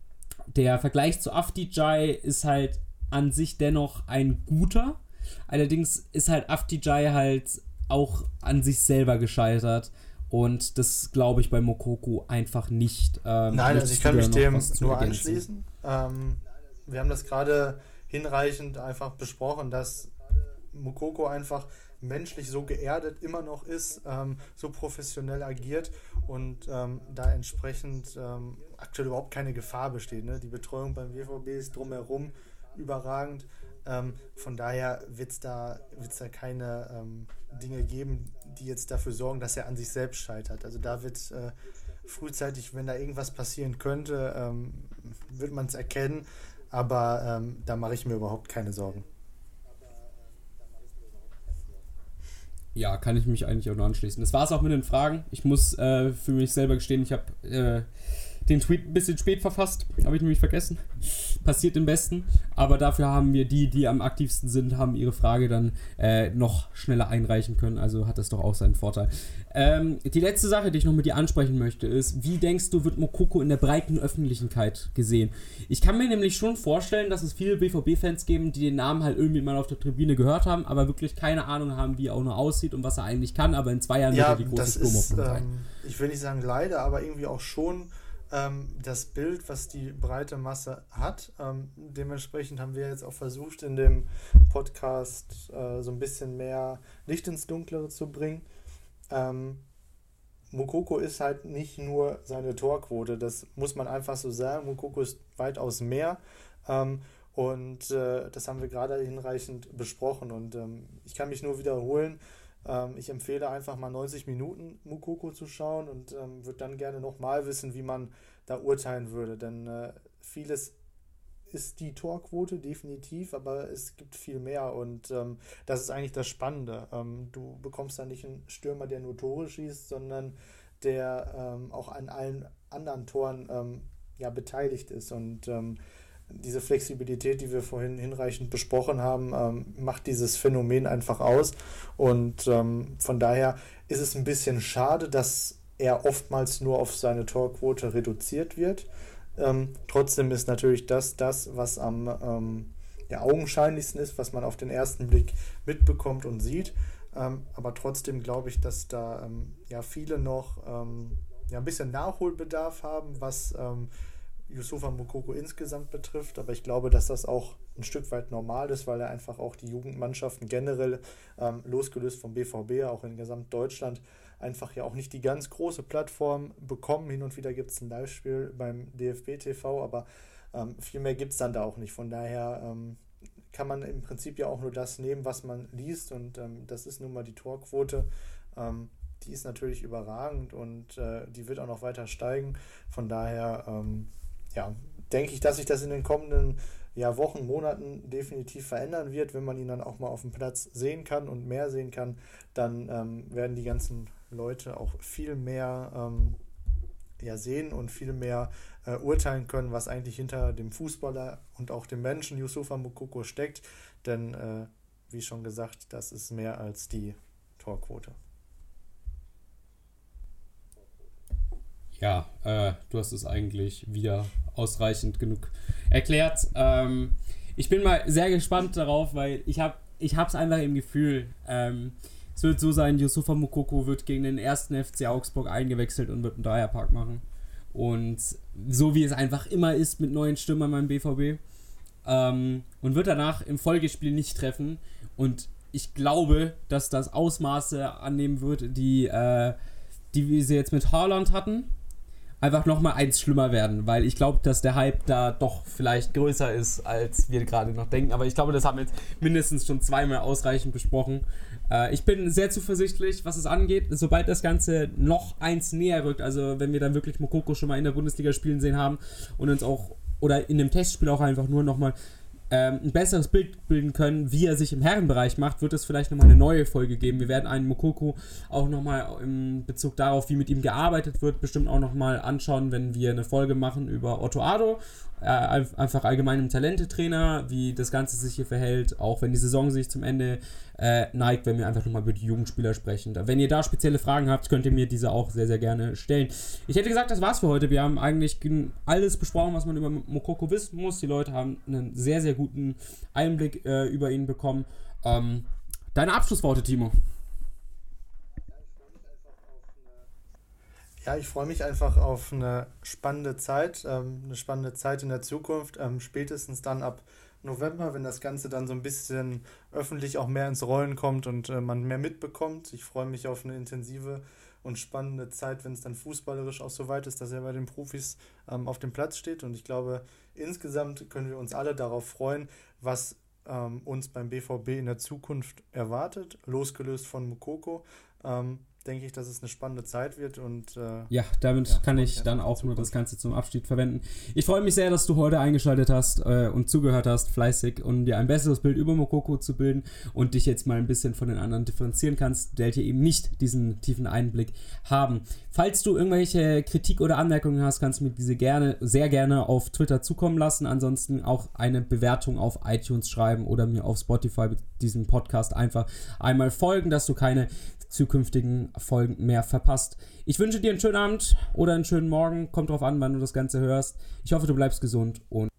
der Vergleich zu Afdijay ist halt an sich dennoch ein guter. Allerdings ist halt Afdijay halt auch an sich selber gescheitert und das glaube ich bei Moukoko einfach nicht. Ähm, Nein, also ich kann mich dem nur anschließen. Ähm, wir haben das gerade hinreichend einfach besprochen, dass Moukoko einfach menschlich so geerdet immer noch ist, ähm, so professionell agiert und ähm, da entsprechend ähm, aktuell überhaupt keine Gefahr besteht. Ne? Die Betreuung beim B V B ist drumherum überragend. Ähm, von daher wird es da, wird's da keine ähm, Dinge geben, die jetzt dafür sorgen, dass er an sich selbst scheitert. Also da wird äh, frühzeitig, wenn da irgendwas passieren könnte, ähm, wird man es erkennen, aber ähm, da mache ich mir überhaupt keine Sorgen. Ja, kann ich mich eigentlich auch nur anschließen. Das war es auch mit den Fragen. Ich muss äh, für mich selber gestehen, ich habe äh, den Tweet ein bisschen spät verfasst. Habe ich nämlich vergessen. Passiert im Besten. Aber dafür haben wir die, die am aktivsten sind, haben ihre Frage dann äh, noch schneller einreichen können. Also hat das doch auch seinen Vorteil. Ähm, die letzte Sache, die ich noch mit dir ansprechen möchte, ist, wie denkst du, wird Moukoko in der breiten Öffentlichkeit gesehen? Ich kann mir nämlich schon vorstellen, dass es viele B V B-Fans geben, die den Namen halt irgendwie mal auf der Tribüne gehört haben, aber wirklich keine Ahnung haben, wie er auch nur aussieht und was er eigentlich kann. Aber in zwei Jahren Ja, wird er die das große ist, Sturmhoffnung sein. ähm, ich will nicht sagen leider, aber irgendwie auch schon ähm, das Bild, was die breite Masse hat. Ähm, dementsprechend haben wir jetzt auch versucht, in dem Podcast äh, so ein bisschen mehr Licht ins Dunklere zu bringen. Ähm, Moukoko ist halt nicht nur seine Torquote, das muss man einfach so sagen. Moukoko ist weitaus mehr ähm, und äh, das haben wir gerade hinreichend besprochen und ähm, ich kann mich nur wiederholen. Ähm, ich empfehle einfach mal neunzig Minuten Moukoko zu schauen und ähm, würde dann gerne nochmal wissen, wie man da urteilen würde, denn äh, vieles ist die Torquote, definitiv, aber es gibt viel mehr und ähm, das ist eigentlich das Spannende. Ähm, du bekommst da nicht einen Stürmer, der nur Tore schießt, sondern der ähm, auch an allen anderen Toren ähm, ja, beteiligt ist und ähm, diese Flexibilität, die wir vorhin hinreichend besprochen haben, ähm, macht dieses Phänomen einfach aus und ähm, von daher ist es ein bisschen schade, dass er oftmals nur auf seine Torquote reduziert wird. Ähm, trotzdem ist natürlich das, das was am ähm, ja, augenscheinlichsten ist, was man auf den ersten Blick mitbekommt und sieht. Ähm, aber trotzdem glaube ich, dass da ähm, ja viele noch ähm, ja, ein bisschen Nachholbedarf haben, was ähm, Youssoufa Moukoko insgesamt betrifft. Aber ich glaube, dass das auch ein Stück weit normal ist, weil er einfach auch die Jugendmannschaften generell, ähm, losgelöst vom B V B, auch in Gesamtdeutschland, einfach ja auch nicht die ganz große Plattform bekommen. Hin und wieder gibt es ein Live-Spiel beim D F B T V, aber ähm, viel mehr gibt es dann da auch nicht. Von daher ähm, kann man im Prinzip ja auch nur das nehmen, was man liest und ähm, das ist nun mal die Torquote. Ähm, die ist natürlich überragend und äh, die wird auch noch weiter steigen. Von daher ähm, ja, denke ich, dass sich das in den kommenden ja, Wochen, Monaten definitiv verändern wird. Wenn man ihn dann auch mal auf dem Platz sehen kann und mehr sehen kann, dann ähm, werden die ganzen Leute auch viel mehr ähm, ja, sehen und viel mehr äh, urteilen können, was eigentlich hinter dem Fußballer und auch dem Menschen Youssoufa Moukoko steckt. Denn, äh, wie schon gesagt, das ist mehr als die Torquote. Ja, äh, du hast es eigentlich wieder ausreichend genug erklärt. Ähm, ich bin mal sehr gespannt darauf, weil ich habe ich es einfach im Gefühl, ähm, es wird so sein, Youssoufa Moukoko wird gegen den ersten F C Augsburg eingewechselt und wird einen Dreierpack machen. Und so wie es einfach immer ist mit neuen Stürmern beim B V B. Ähm, und wird danach im Folgespiel nicht treffen. Und ich glaube, dass das Ausmaße annehmen wird, die, äh, die wir sie jetzt mit Haaland hatten, einfach nochmal eins schlimmer werden, weil ich glaube, dass der Hype da doch vielleicht größer ist, als wir gerade noch denken. Aber ich glaube, das haben wir jetzt mindestens schon zweimal ausreichend besprochen. Äh, ich bin sehr zuversichtlich, was es angeht, sobald das Ganze noch eins näher rückt, also wenn wir dann wirklich Moukoko schon mal in der Bundesliga spielen sehen haben und uns auch, oder in dem Testspiel auch einfach nur nochmal ähm, ein besseres Bild bilden können, wie er sich im Herrenbereich macht, wird es vielleicht nochmal eine neue Folge geben. Wir werden einen Moukoko auch nochmal in Bezug darauf, wie mit ihm gearbeitet wird, bestimmt auch nochmal anschauen, wenn wir eine Folge machen über Otto Addo, äh, einfach allgemein im Talentetrainer, wie das Ganze sich hier verhält, auch wenn die Saison sich zum Ende äh, neigt, wenn wir einfach nochmal über die Jugendspieler sprechen. Wenn ihr da spezielle Fragen habt, könnt ihr mir diese auch sehr, sehr gerne stellen. Ich hätte gesagt, das war's für heute. Wir haben eigentlich alles besprochen, was man über Moukoko wissen muss. Die Leute haben einen sehr, sehr guten Einblick äh, über ihn bekommen. Ähm, deine Abschlussworte, Timo. Ja, ich freue mich einfach auf eine spannende Zeit, ähm, eine spannende Zeit in der Zukunft, ähm, spätestens dann ab November, wenn das Ganze dann so ein bisschen öffentlich auch mehr ins Rollen kommt und äh, man mehr mitbekommt. Ich freue mich auf eine intensive und spannende Zeit, wenn es dann fußballerisch auch so weit ist, dass er bei den Profis ähm, auf dem Platz steht. Und ich glaube, insgesamt können wir uns alle darauf freuen, was ähm, uns beim B V B in der Zukunft erwartet, losgelöst von Moukoko. Ähm, denke ich, dass es eine spannende Zeit wird und äh, ja, damit ja, kann ich dann auch nur das Ganze zum Abschied verwenden. Ich freue mich sehr, dass du heute eingeschaltet hast äh, und zugehört hast, fleißig, um dir ein besseres Bild über Mokoko zu bilden und dich jetzt mal ein bisschen von den anderen differenzieren kannst, welche eben nicht diesen tiefen Einblick haben. Falls du irgendwelche Kritik oder Anmerkungen hast, kannst du mir diese gerne, sehr gerne auf Twitter zukommen lassen. Ansonsten auch eine Bewertung auf iTunes schreiben oder mir auf Spotify mit diesem Podcast einfach einmal folgen, dass du keine zukünftigen Folgen mehr verpasst. Ich wünsche dir einen schönen Abend oder einen schönen Morgen. Kommt drauf an, wann du das Ganze hörst. Ich hoffe, du bleibst gesund und